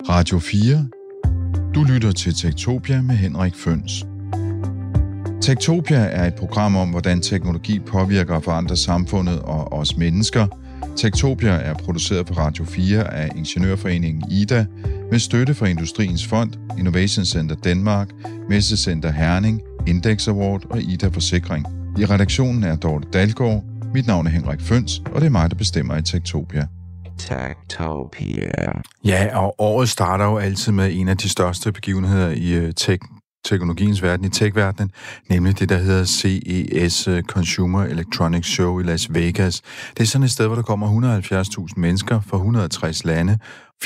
Radio 4. Du lytter til Techtopia med Henrik Føns. Techtopia er et program om, hvordan teknologi påvirker og forandrer samfundet og os mennesker. Techtopia er produceret på Radio 4 af Ingeniørforeningen IDA med støtte fra Industriens Fond, Innovation Center Danmark, Messecenter Herning, Index Award og IDA Forsikring. I redaktionen er Dorte Dalgaard. Mit navn er Henrik Føns, og det er mig, der bestemmer i Techtopia. Techtopia. Ja, og året starter jo altid med en af de største begivenheder i teknologiens verden, i tech-verdenen, nemlig det, der hedder CES, Consumer Electronics Show i Las Vegas. Det er sådan et sted, hvor der kommer 170.000 mennesker fra 160 lande.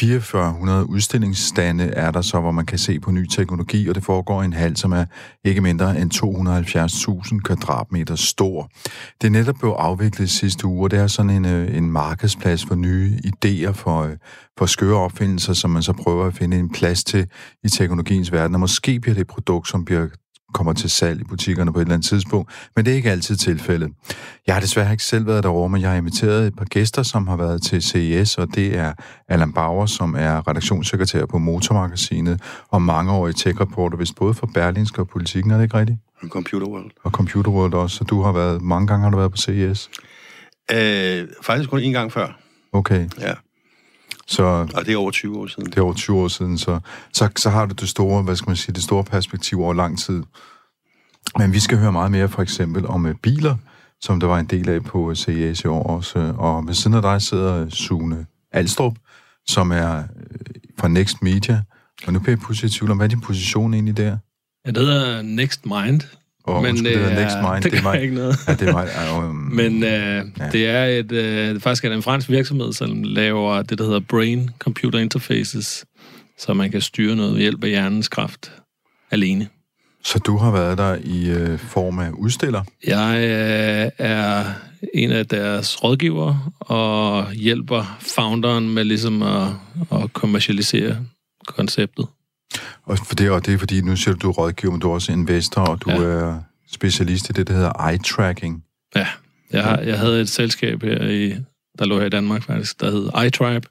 4400 udstillingsstande er der så, hvor man kan se på ny teknologi, og det foregår i en hal, som er ikke mindre end 270.000 kvadratmeter stor. Det er netop blevet afviklet sidste uge, og det er sådan en markedsplads for nye idéer for skøre opfindelser, som man så prøver at finde en plads til i teknologiens verden. Og måske bliver det et produkt, som kommer til salg i butikkerne på et eller andet tidspunkt, men det er ikke altid tilfældet. Jeg har desværre ikke selv været derovre, men jeg har inviteret et par gæster, som har været til CES, og det er Allan Bauer, som er redaktionssekretær på Motormagasinet, og mangeårig tech-reporter, vist både for Berlingske og Politikken, er det ikke rigtigt? Og Computer World. Og Computer World også, så du har været, mange gange har du været på CES? Faktisk kun en gang før. Okay. Ja. Så, og det er over 20 år siden. Det er over 20 år siden, så har du det store, hvad skal man sige, det store perspektiv over lang tid. Men vi skal høre meget mere for eksempel om biler, som der var en del af på CES i år også. Og ved siden af dig sidder Sune Alstrup, som er fra Next Media. Og nu bliver jeg pludselig i tvivl om, hvad er din position egentlig der? Ja, det hedder Next Mind. Men det er Next Mind. Det gør ikke noget. Ja, det er mig. Men det er faktisk en fransk virksomhed, som laver det, der hedder Brain Computer Interfaces, så man kan styre noget ved hjælp af hjernens kraft alene. Så du har været der i form af udstiller? Jeg er en af deres rådgivere og hjælper founderen med ligesom at kommercialisere konceptet. Og det er fordi, nu siger du rådgiver, men du er også investor, og du er specialist i det, der hedder eye-tracking. Ja, jeg havde et selskab der lå her i Danmark faktisk, der hed iTribe,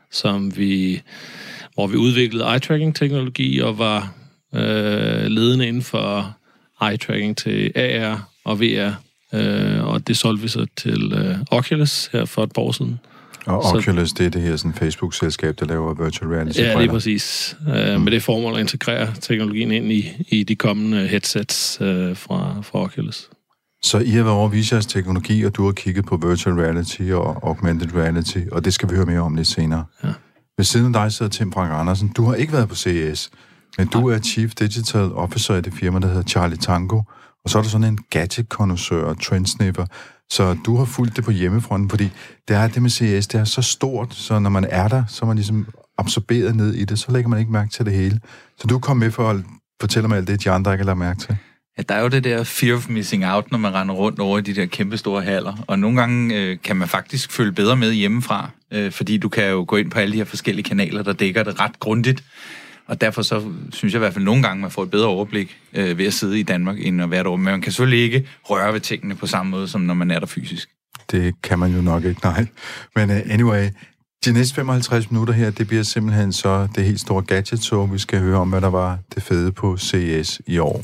hvor vi udviklede eye-tracking-teknologi og var ledende inden for eye-tracking til AR og VR, og det solgte vi så til Oculus her for et par år siden. Og Oculus, det er det her sådan Facebook-selskab, der laver virtual reality. Ja, lige præcis. Med det formål at integrere teknologien ind i de kommende headsets fra Oculus. Så I har været over at vise jeres teknologi, og du har kigget på virtual reality og augmented reality, og det skal vi høre mere om lidt senere. Ja. Ved siden af dig sidder Tim Frank Andersen. Du har ikke været på CES, men du er Chief Digital Officer i det firma, der hedder Charlie Tango, og så er der sådan en gadget-konnoisseur og trendsniffer. Så du har fulgt det på hjemmefronten, fordi det med CES, det er så stort, så når man er der, så er man ligesom absorberet ned i det, så lægger man ikke mærke til det hele. Så du kom med for at fortælle mig alt det, de andre ikke har lagt mærke til. Ja, der er jo det der fear of missing out, når man render rundt over i de der kæmpe store haller, og nogle gange kan man faktisk følge bedre med hjemmefra, fordi du kan jo gå ind på alle de her forskellige kanaler, der dækker det ret grundigt. Og derfor så synes jeg i hvert fald nogle gange, man får et bedre overblik ved at sidde i Danmark, end at være derovre. Men man kan selvfølgelig ikke røre ved tingene på samme måde, som når man er der fysisk. Det kan man jo nok ikke, nej. Men anyway, de næste 55 minutter her, det bliver simpelthen så det helt store gadget-show. Vi skal høre om, hvad der var det fede på CES i år.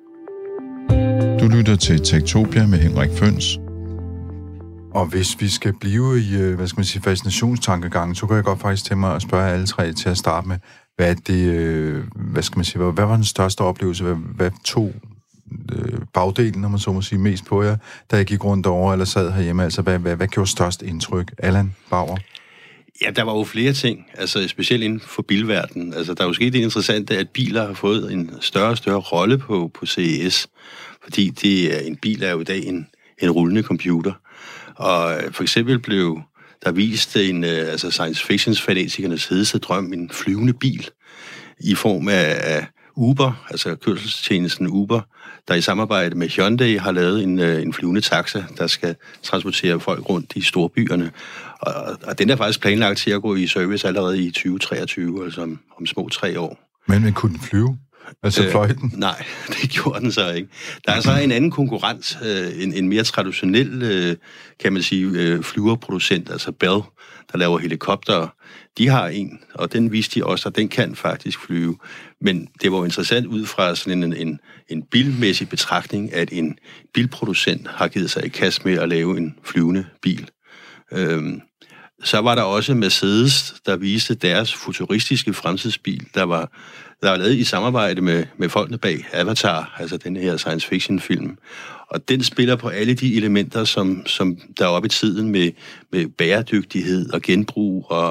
Du lytter til Techtopia med Henrik Føns. Og hvis vi skal blive i, fascinationstankegangen, så kan jeg godt faktisk tænke mig at spørge alle tre til at starte med, hvad var den største oplevelse? Hvad tog bagdelen, når man så må sige, mest på jer, da jeg gik rundt over eller sad herhjemme? Altså, hvad gjorde størst indtryk? Allan Bauer? Ja, der var jo flere ting, altså specielt inden for bilverdenen. Altså, der er jo sket det interessante, at biler har fået en større og større rolle på CES, fordi en bil er jo i dag en rullende computer. Og for eksempel blev der vist science fiction-fanatikernes hedeste drøm, en flyvende bil, i form af Uber, altså kørselstjenesten Uber, der i samarbejde med Hyundai har lavet en flyvende taxa, der skal transportere folk rundt i storbyerne. Og den er faktisk planlagt til at gå i service allerede i 2023, altså om små 3 år. Men kunne den flyve? Altså fløj den? Nej, det gjorde den så ikke. Der er så en anden konkurrent, en mere traditionel, kan man sige, flyverproducent, altså Bell, der laver helikoptere. De har en, og den viste de også, at den kan faktisk flyve. Men det var jo interessant ud fra sådan en bilmæssig betragtning, at en bilproducent har givet sig i kast med at lave en flyvende bil. Så var der også Mercedes, der viste deres futuristiske fremtidsbil, der var lavet i samarbejde med folkene bag Avatar, altså den her science fiction film. Og den spiller på alle de elementer, som der er oppe i tiden med bæredygtighed og genbrug og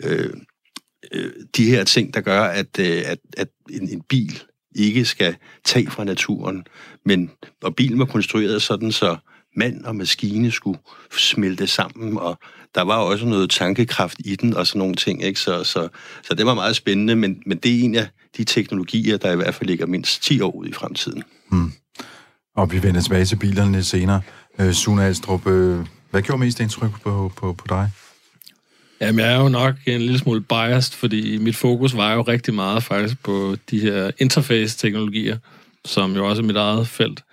de her ting, der gør, at en bil ikke skal tage fra naturen. Og bilen var konstrueret sådan, så mand og maskine skulle smelte sammen, og der var også noget tankekraft i den og sådan nogle ting, ikke? Så det var meget spændende, men det er en af de teknologier, der i hvert fald ligger mindst 10 år ude i fremtiden. Og vi vender tilbage til bilerne lidt senere. Sune Alstrup, hvad gjorde mest indtryk på dig? Jamen, jeg er jo nok en lille smule biased, fordi mit fokus var jo rigtig meget faktisk på de her interface-teknologier, som jo også er mit eget felt.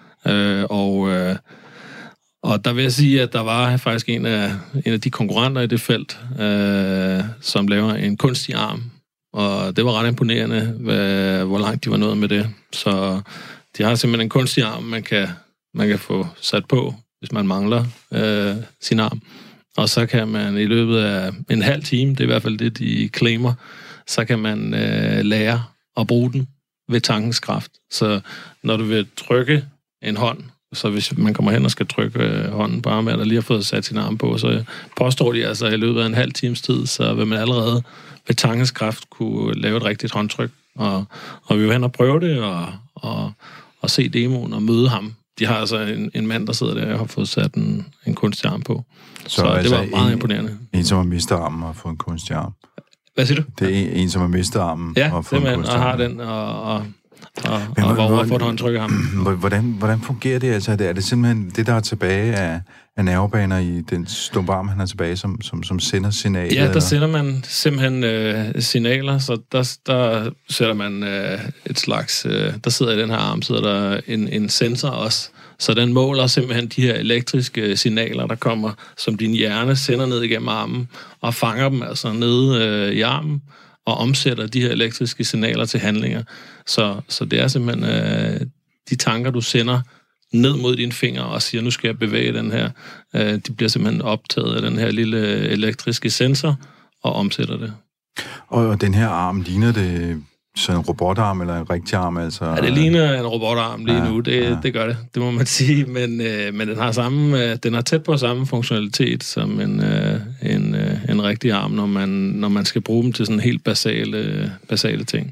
Og der vil jeg sige, at der var faktisk en af de konkurrenter i det felt, som laver en kunstig arm. Og det var ret imponerende, hvor langt de var nået med det. Så de har simpelthen en kunstig arm, man kan få sat på, hvis man mangler sin arm. Og så kan man i løbet af en halv time, det er i hvert fald det, de claimer, så kan man lære at bruge den ved tankens kraft. Så når du vil trykke en hånd, så hvis man kommer hen og skal trykke hånden på armen, der lige har fået sat sin arm på, så påstår de altså i løbet af en halv times tid, så vil man allerede ved tankens kraft kunne lave et rigtigt håndtryk. Og vi vil hen og prøve det, og se demoen og møde ham. De har altså en mand, der sidder der og har fået sat en kunstig arm på. Så altså det var meget imponerende. En, som har mistet armen og fået en kunstig arm. Hvad siger du? Det er en, som har mistet armen og fået en kunstig arm. Ja, har den og hvor får du håndtrykket ham. Hvordan fungerer det? Altså, er det simpelthen det, der er tilbage af nervebaner i den stumpe arm, han er tilbage, som sender signaler? Ja, der sender man simpelthen signaler, så der sætter man et slags... der sidder i den her arm, sidder der en sensor også, så den måler simpelthen de her elektriske signaler, der kommer, som din hjerne sender ned igennem armen, og fanger dem altså nede i armen, og omsætter de her elektriske signaler til handlinger. Så det er simpelthen de tanker, du sender ned mod dine fingre og siger, nu skal jeg bevæge den her. De bliver simpelthen optaget af den her lille elektriske sensor og omsætter det. Og den her arm, ligner det sådan en robotarm eller en rigtig arm? Altså? Ja, det ligner en robotarm lige nu. Det gør det. Det må man sige. Men den har tæt på samme funktionalitet som en rigtig arm, når man skal bruge dem til sådan helt basale ting.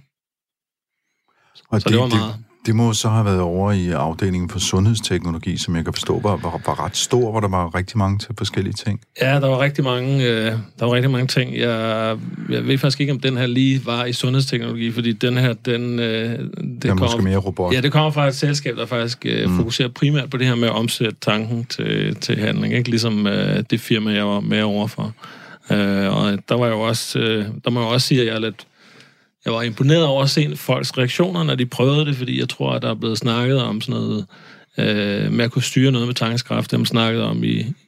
Og så det var meget. Det må så have været over i afdelingen for sundhedsteknologi, som jeg kan forstå var ret stor, hvor der var rigtig mange til forskellige ting. Ja, der var rigtig mange ting. Jeg ved faktisk ikke, om den her lige var i sundhedsteknologi, fordi den her, det er måske mere robot. Ja, det kommer fra et selskab, der faktisk fokuserer primært på det her med at omsætte tanken til handling, ikke? Ligesom det firma, jeg var med overfor. Og der var jo også, der må jeg også sige, at jeg var imponeret over at se folks reaktioner, når de prøvede det, fordi jeg tror, at der er blevet snakket om sådan noget, med at kunne styre noget med tankens kraft, det har man snakket om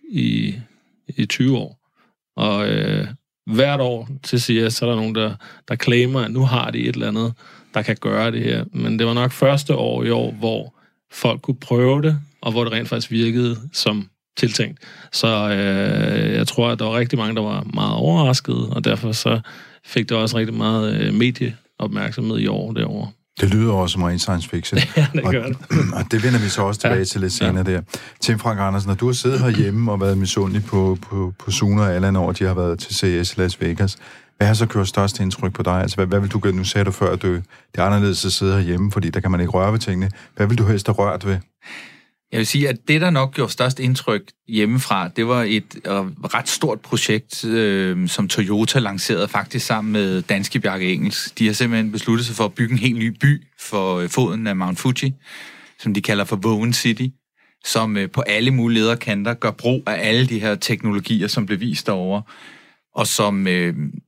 i 20 år. Og hvert år til CS, så er der nogen, der claimer, at nu har de et eller andet, der kan gøre det her. Men det var nok første år i år, hvor folk kunne prøve det, og hvor det rent faktisk virkede som tiltænkt. Så jeg tror, at der var rigtig mange, der var meget overraskede, og derfor så fik det også rigtig meget medieopmærksomhed i år derovre. Det lyder også som ren science fiction. Ja, det gør det. Og det vender vi så også tilbage til lidt senere der. Tim Frank Andersen, når du har siddet herhjemme og været misundelig på Sune og Allan over, de har været til CES Las Vegas. Hvad har så gjort størst indtryk på dig? Altså, hvad vil du gøre? Nu sagde du før, at det er anderledes at sidde herhjemme, fordi der kan man ikke røre ved tingene. Hvad vil du helst have rørt ved? Jeg vil sige, at det, der nok gjorde størst indtryk hjemmefra, det var et ret stort projekt, som Toyota lancerede faktisk sammen med Danske Bjarke Engels. De har simpelthen besluttet sig for at bygge en helt ny by for foden af Mount Fuji, som de kalder for Woven City, som på alle mulige lederkanter gør brug af alle de her teknologier, som blev vist derovre, og som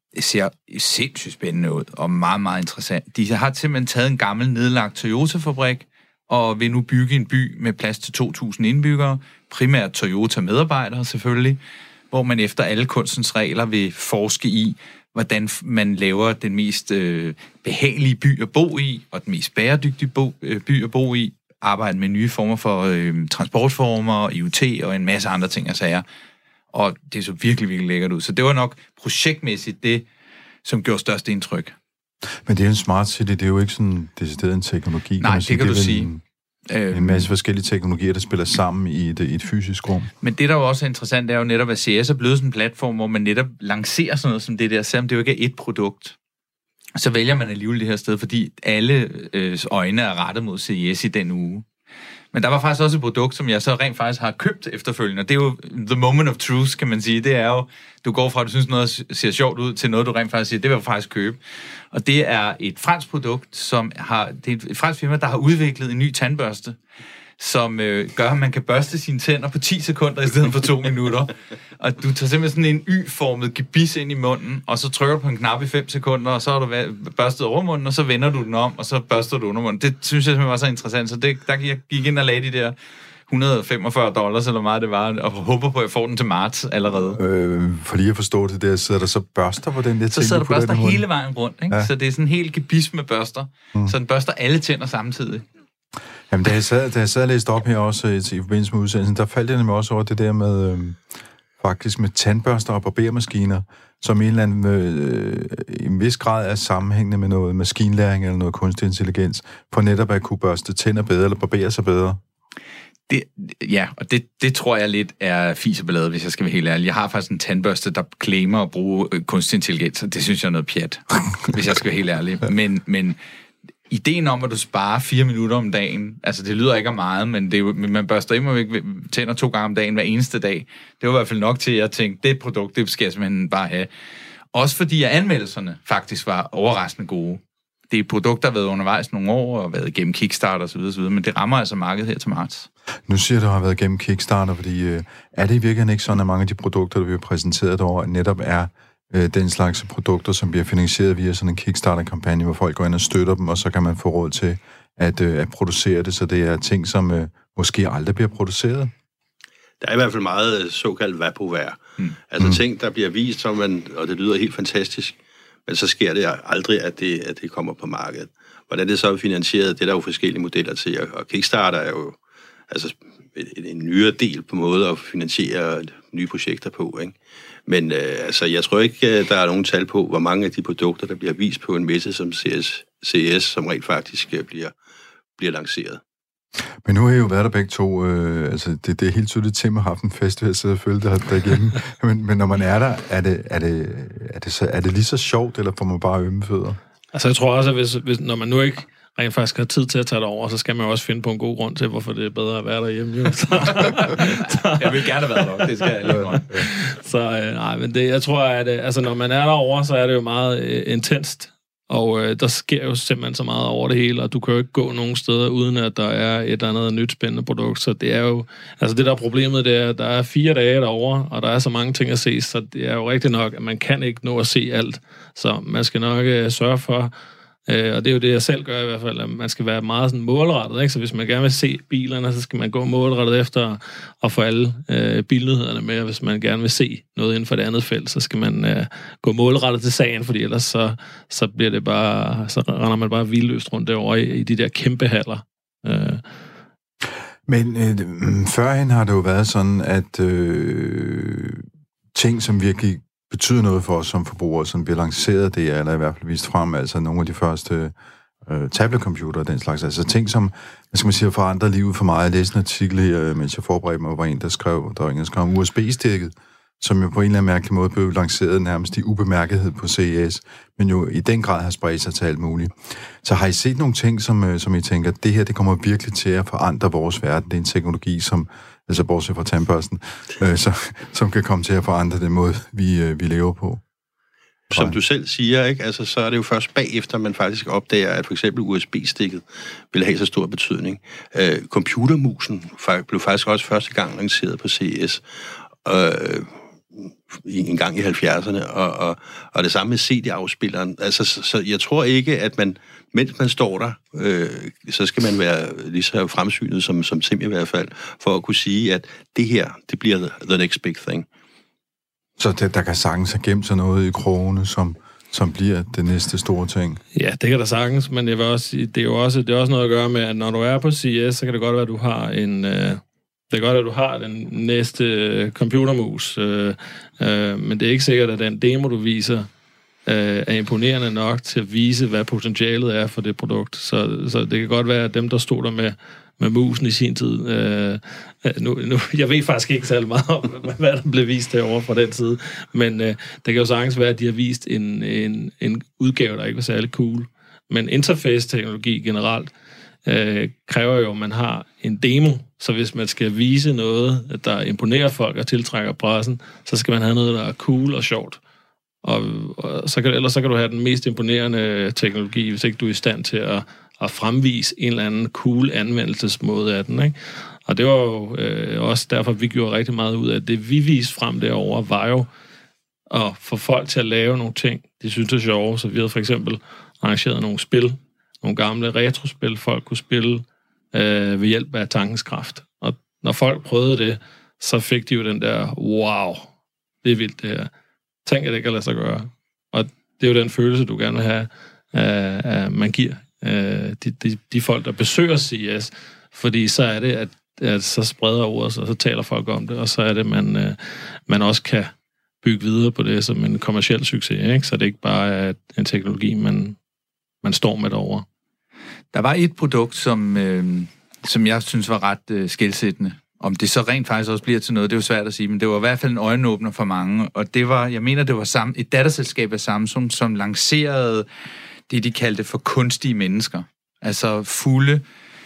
ser sindssygt spændende ud, og meget, meget interessant. De har simpelthen taget en gammel nedlagt Toyota-fabrik, og vil nu bygge en by med plads til 2.000 indbyggere, primært Toyota-medarbejdere selvfølgelig, hvor man efter alle kunstens regler vil forske i, hvordan man laver den mest behagelige by at bo i, og den mest bæredygtige by at bo i, arbejde med nye former for transportformer, IoT og en masse andre ting og sager. Og det så virkelig, virkelig lækkert ud. Så det var nok projektmæssigt det, som gjorde størst indtryk. Men det er en smart city, det er jo ikke sådan decideret en teknologi. Nej, det kan du sige. En masse forskellige teknologier, der spiller sammen i et fysisk rum. Men det, der jo også er interessant, er jo netop, at CS er blevet sådan en platform, hvor man netop lancerer sådan noget som det der, selvom det jo ikke er et produkt. Så vælger man alligevel det her sted, fordi alle øjne er rettet mod CES i den uge. Men der var faktisk også et produkt, som jeg så rent faktisk har købt efterfølgende. Det er jo the moment of truth, kan man sige. Det er jo, du går fra, at du synes noget ser sjovt ud, til noget, du rent faktisk siger, det vil jeg faktisk købe. Og det er et fransk produkt, det er et fransk firma, der har udviklet en ny tandbørste, som gør, at man kan børste sine tænder på 10 sekunder i stedet for 2 minutter. Og du tager simpelthen sådan en Y-formet gebis ind i munden, og så trykker du på en knap i 5 sekunder, og så har du børstet over munden, og så vender du den om, og så børster du under munden. Det synes jeg simpelthen var så interessant, så der gik ind og lagde de der $145, eller meget det var, og håber på, at jeg får den til marts allerede. For lige at forstå det der, sidder der så børster på den der ting? Så sidder der børster hele vejen rundt, ikke? Ja. Så det er sådan en helt gebis med børster, så den børster alle tænder samtidig. Jamen, da jeg sad og læste op her også i forbindelse med udsendelsen, der faldt jeg nemlig også over det der med, faktisk med tandbørster og barbermaskiner, som en eller anden i en vis grad er sammenhængende med noget maskinlæring eller noget kunstig intelligens, for netop at kunne børste tænder bedre eller barbere sig bedre. Det tror jeg lidt er fis og ballade, hvis jeg skal være helt ærlig. Jeg har faktisk en tandbørste, der claimer at bruge kunstig intelligens, og det synes jeg er noget pjat, hvis jeg skal være helt ærlig. Men ideen om, at du sparer 4 minutter om dagen, altså det lyder ikke af meget, men man børster immer væk tænder 2 gange om dagen hver eneste dag. Det var i hvert fald nok til, at jeg tænkte, det produkt, det skal jeg simpelthen bare have. Også fordi anmeldelserne faktisk var overraskende gode. Det er et produkt, der har været undervejs nogle år, og været igennem Kickstarter osv., men det rammer altså markedet her til marts. Nu siger du, at du har været igennem Kickstarter, fordi er det i virkeligheden ikke sådan, at mange af de produkter, der bliver præsenteret derovre, netop er den slags produkter, som bliver finansieret via sådan en Kickstarter-kampagne, hvor folk går ind og støtter dem, og så kan man få råd til at producere det, så det er ting, som måske aldrig bliver produceret? Der er i hvert fald meget såkaldt vapovær. Altså ting, der bliver vist, og det lyder helt fantastisk, men så sker det aldrig, at det kommer på markedet. Hvordan det så er finansieret, det er der jo forskellige modeller til, og Kickstarter er jo altså en nyere del på måde at finansiere nye projekter på, ikke? Men jeg tror ikke, der er nogen tal på, hvor mange af de produkter, der bliver vist på en messe som CES, som rent faktisk bliver lanceret. Men nu har I jo været der begge to. Det er helt tydeligt, Tim har haft en fest, jeg sidder og følge derhjemme. men når man er der, er det lige så sjovt, eller får man bare ømme fødder? Altså jeg tror også, at hvis når man nu ikke rent faktisk har tid til at tage det over, så skal man jo også finde på en god grund til, hvorfor det er bedre at være derhjemme. Jeg vil gerne være der, det skal jeg lige godt. Så men jeg tror, at når man er derovre, så er det jo meget intenst. Og der sker jo simpelthen så meget over det hele, og du kan jo ikke gå nogen steder, uden at der er et eller andet nyt spændende produkt. Så det er jo, altså det der er problemet, det er, at der er 4 dage derovre, og der er så mange ting at se, så det er jo rigtigt nok, at man kan ikke nå at se alt. Så man skal nok sørge for, og det er jo det, jeg selv gør i hvert fald, at man skal være meget sådan målrettet, ikke? Så hvis man gerne vil se bilerne, så skal man gå målrettet efter at få alle bilnyhederne med, og hvis man gerne vil se noget inden for det andet felt, så skal man gå målrettet til sagen, fordi ellers så bliver det bare, så render man bare vildløst rundt derovre i de der kæmpe haller. Men førhen har det jo været sådan, at ting, som virkelig betyder noget for os som forbrugere, som bliver lanceret, det er, eller i hvert fald vist frem, altså nogle af de første tabletcomputere og den slags, altså ting, som, hvad skal man sige, forandrer livet for mig. Jeg læste en artikel her, mens jeg forberedte mig, hvor en, der skrev om USB-stikket, som jo på en eller anden mærkelig måde blev lanceret nærmest i ubemærkethed på CES, men jo i den grad har spredt sig til alt muligt. Så har I set nogle ting, som I tænker, det her, det kommer virkelig til at forandre vores verden? Det er en teknologi, som, altså bortset fra tandbørsten, som kan komme til at forandre den måde, vi lever på. Som du selv siger, ikke? Altså, så er det jo først bagefter, man faktisk opdager, at for eksempel USB-stikket vil have så stor betydning. Computermusen blev faktisk også første gang lanceret på CES. en gang i 70'erne, og det samme med CD-afspilleren. Altså, så jeg tror ikke, at man, mens man står der, så skal man være lige så fremsynet som Tim i hvert fald, for at kunne sige, at det her, det bliver the next big thing. Så der kan sagtens have gemt sig noget i krogene, som bliver det næste store ting. Ja, det kan der sagtens, men jeg vil også sige, det er også noget at gøre med, at når du er på CES, så kan det godt være, at du har en... Det er godt, at du har den næste computermus, men det er ikke sikkert, at den demo, du viser, er imponerende nok til at vise, hvad potentialet er for det produkt. Så det kan godt være, at dem, der stod der med musen i sin tid... jeg ved faktisk ikke særlig meget om, hvad der blev vist derovre fra den side, men det kan jo sagtens være, at de har vist en udgave, der ikke var særlig cool. Men interface-teknologi generelt kræver jo, at man har en demo, så hvis man skal vise noget, der imponerer folk og tiltrækker pressen, så skal man have noget, der er cool og sjovt. Og ellers så kan du have den mest imponerende teknologi, hvis ikke du er i stand til at fremvise en eller anden cool anvendelsesmåde af den, ikke? Og det var jo også derfor, vi gjorde rigtig meget ud af det. Vi viste frem derovre, var jo at få folk til at lave nogle ting, de synes er sjove. Så vi havde for eksempel arrangeret nogle spil, nogle gamle retrospil, folk kunne spille ved hjælp af tankens kraft. Og når folk prøvede det, så fik de jo den der, wow, det er vildt det her. Tænk, at det kan lade sig gøre. Og det er jo den følelse, du gerne vil have, at man giver de folk, der besøger CES. Fordi så er det, at så spreder ordet sig, og så taler folk om det, og så er det, man også kan bygge videre på det som en kommerciel succes, ikke? Så det ikke bare er en teknologi, man står med derovre. Der var et produkt, som jeg synes var ret skelsættende. Om det så rent faktisk også bliver til noget, det er jo svært at sige, men det var i hvert fald en øjenåbner for mange. Og det var, jeg mener, det var et datterselskab af Samsung, som lancerede det, de kaldte for kunstige mennesker. Altså fulde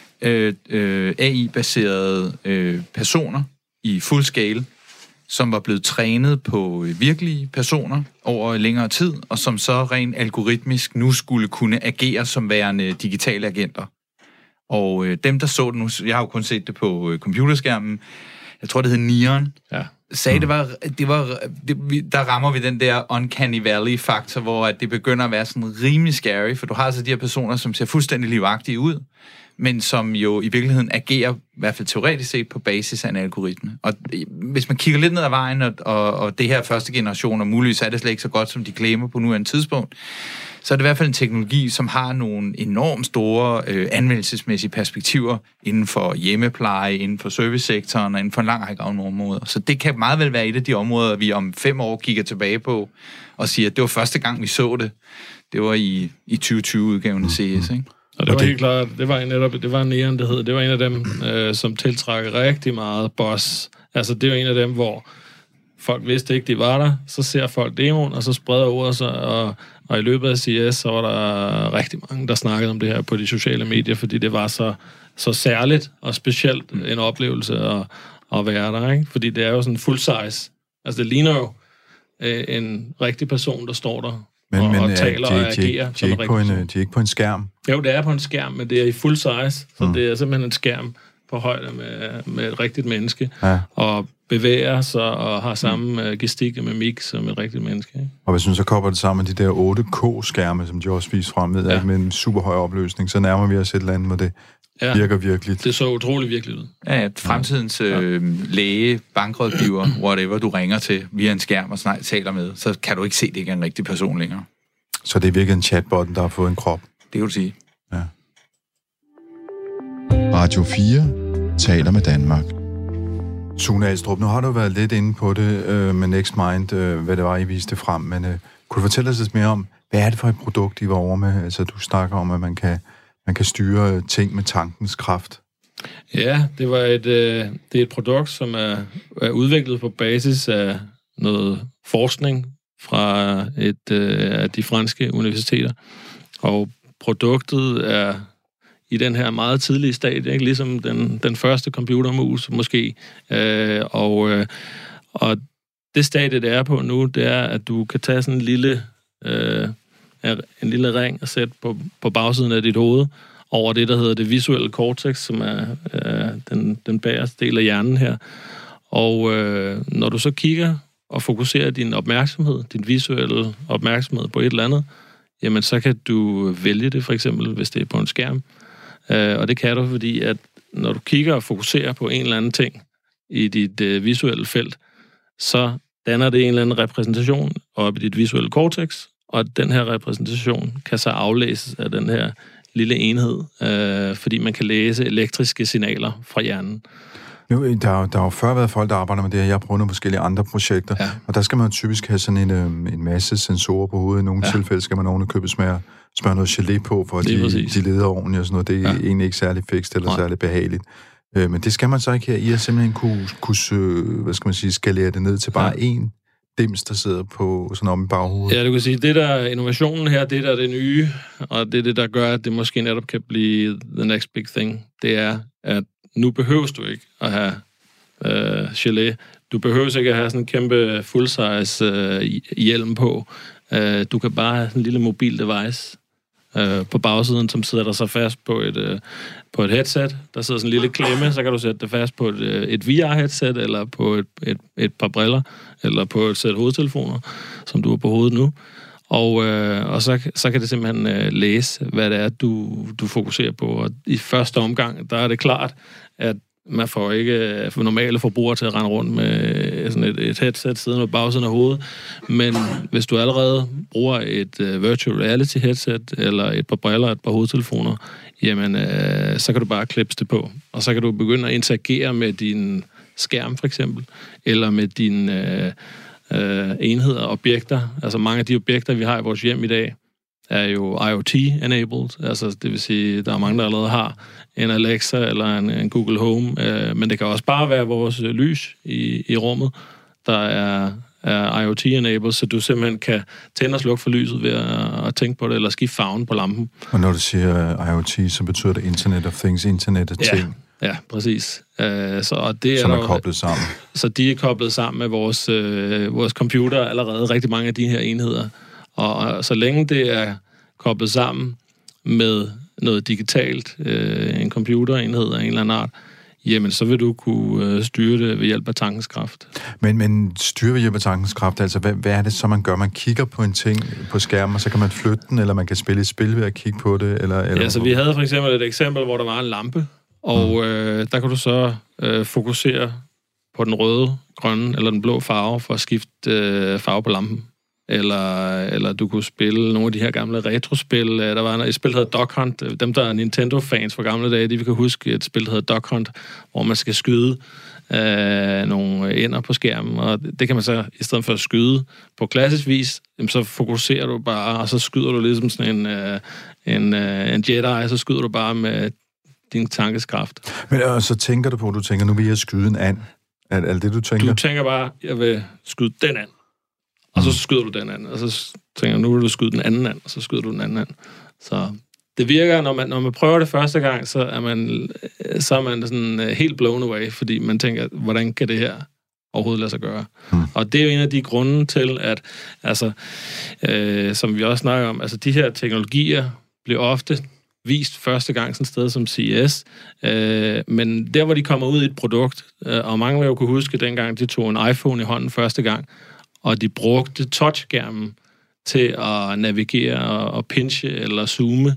AI-baserede personer i fuld scale, som var blevet trænet på virkelige personer over længere tid, og som så rent algoritmisk nu skulle kunne agere som værende digitale agenter. Og dem, der så det nu, jeg har jo kun set det på computerskærmen, jeg tror, det hed Neon, sagde, der rammer vi den der uncanny valley-faktor, hvor at det begynder at være sådan rimelig scary, for du har altså de her personer, som ser fuldstændig livagtige ud, men som jo i virkeligheden agerer, i hvert fald teoretisk set, på basis af en algoritme. Og hvis man kigger lidt ned ad vejen, og det her første generation, og muligvis er det slet ikke så godt, som de claimer på nuværende tidspunkt, så er det i hvert fald en teknologi, som har nogle enormt store anvendelsesmæssige perspektiver inden for hjemmepleje, inden for servicesektoren og inden for en lang række områder. Så det kan meget vel være et af de områder, vi om 5 år kigger tilbage på og siger, at det var første gang, vi så det. Det var i 2020-udgaven af CS, ikke? Og det var helt klart, det var Neon, det hed. Det var en af dem, som tiltrækker rigtig meget buzz. Altså, det var en af dem, hvor folk vidste ikke, de var der. Så ser folk demoen, og så spreder ordet sig, og i løbet af CS, så var der rigtig mange, der snakkede om det her på de sociale medier, fordi det var så særligt og specielt en oplevelse at være der, ikke? Fordi det er jo sådan full size. Altså, det ligner jo en rigtig person, der står der og taler og agerer som en rigtig person. De er ikke på en skærm? Jo, det er på en skærm, men det er i full size, så det er simpelthen en skærm på højde med et rigtigt menneske, og bevæger sig og har samme gestik og mimik som et rigtigt menneske. Ikke? Og hvis man så kobler det sammen med de der 8K-skærme, som de også viser frem med, med en super høj opløsning, så nærmer vi os et eller andet med det. Virker virkelig. Det så utrolig virkeligt ud. Ja, fremtidens læge, bankrådgiver, whatever du ringer til via en skærm og snart taler med, så kan du ikke se, det ikke er en rigtig person længere. Så det er virkelig en chatbot, der har fået en krop? Det kan du sige. Ja. Radio 4 taler med Danmark. Sune Ahlstrup, nu har du været lidt inde på det med NextMind, hvad det var, I viste frem, men kunne du fortælle os lidt mere om, hvad er det for et produkt, I var over med? Altså, du snakker om, at man kan styre ting med tankens kraft. Ja, det er et produkt, som er udviklet på basis af noget forskning fra et af de franske universiteter. Og produktet er i den her meget tidlige stadie, ikke? Ligesom den første computermus måske. Og det stadie, det er på nu, det er, at du kan tage sådan en lille ring og sætte på bagsiden af dit hoved over det, der hedder det visuelle cortex, som er den bagerste del af hjernen her. Og når du så kigger at fokusere din opmærksomhed, din visuelle opmærksomhed på et eller andet, jamen så kan du vælge det, for eksempel, hvis det er på en skærm. Og det kan du, fordi at når du kigger og fokuserer på en eller anden ting i dit visuelle felt, så danner det en eller anden repræsentation op i dit visuelle cortex, og den her repræsentation kan så aflæses af den her lille enhed, fordi man kan læse elektriske signaler fra hjernen. Nu, der har jo før været folk, der arbejder med det her. Jeg har prøvet nogle forskellige andre projekter, og der skal man typisk have sådan en masse sensorer på hovedet. I nogle tilfælde skal man ovenikøbet smøre noget gelé på, for at de leder ordentligt og sådan noget. Det er egentlig ikke særlig fikst eller særlig behageligt. Men det skal man så ikke her. I har simpelthen kunne skalere det ned til bare én dims, der sidder på sådan om i baghovedet. Ja, du kan sige, det der innovationen her, det der er det nye, og det er det, der gør, at det måske netop kan blive the next big thing. Det er, at nu behøves du ikke at have gelé. Du behøver ikke at have sådan en kæmpe full-size hjelm på. Du kan bare have sådan en lille mobil device på bagsiden, som sidder der så fast på et headset. Der sidder sådan en lille klemme, så kan du sætte det fast på et VR-headset, eller på et par briller, eller på et sæt hovedtelefoner, som du har på hovedet nu. Og så kan det simpelthen læse, hvad det er, du fokuserer på. Og i første omgang, der er det klart, at man får ikke for normale forbrugere til at rende rundt med sådan et headset siddende på bagsiden af hovedet. Men hvis du allerede bruger et virtual reality headset, eller et par briller, et par hovedtelefoner, jamen, så kan du bare klippe det på. Og så kan du begynde at interagere med din skærm, for eksempel, eller med dine enheder og objekter. Altså mange af de objekter, vi har i vores hjem i dag, er jo IoT-enabled. Altså det vil sige, der er mange, der allerede har en Alexa eller en Google Home, men det kan også bare være vores lys i rummet, der er IoT-enabled, så du simpelthen kan tænde og slukke for lyset ved at tænke på det, eller skifte farven på lampen. Og når du siger IoT, så betyder det Internet of Things, Internet of Ting. Ja, præcis. Og det som er koblet sammen. Så de er koblet sammen med vores computer allerede, rigtig mange af de her enheder. Og så længe det er koblet sammen med noget digitalt, en computerenhed af en eller anden art, jamen så vil du kunne styre det ved hjælp af tankens kraft. Men styre ved hjælp af tankens kraft, altså hvad er det så, man gør? Man kigger på en ting på skærmen, og så kan man flytte den, eller man kan spille et spil ved at kigge på det? Eller ja, så vi havde for eksempel et eksempel, hvor der var en lampe, og der kan du så fokusere på den røde, grønne eller den blå farve for at skifte farve på lampen. Eller du kunne spille nogle af de her gamle retrospil. Der var et spil, der hedder Duck Hunt. Dem, der er Nintendo-fans fra gamle dage, de kan huske et spil, der hedder Duck Hunt, hvor man skal skyde nogle ender på skærmen. Og det kan man så, i stedet for at skyde på klassisk vis, så fokuserer du bare, og så skyder du ligesom sådan en Jedi, så skyder du bare med din tankeskraft. Men så tænker du på, nu vil jeg skyde en and. Er det, du tænker? Du tænker bare, jeg vil skyde den and. Og så skyder du den anden, og så tænker nu vil du skyde den anden and, og så skyder du den anden and. Så det virker, når man prøver det første gang, så er man sådan helt blown away, fordi man tænker, hvordan kan det her overhovedet lade sig gøre? Og det er jo en af de grunde til, at altså, som vi også snakker om, altså de her teknologier bliver ofte vist første gang sådan et sted som CES, men der, hvor de kommer ud i et produkt, og mange vil jo kunne huske, dengang de tog en iPhone i hånden første gang, og de brugte touchskærmen til at navigere og pinche eller zoome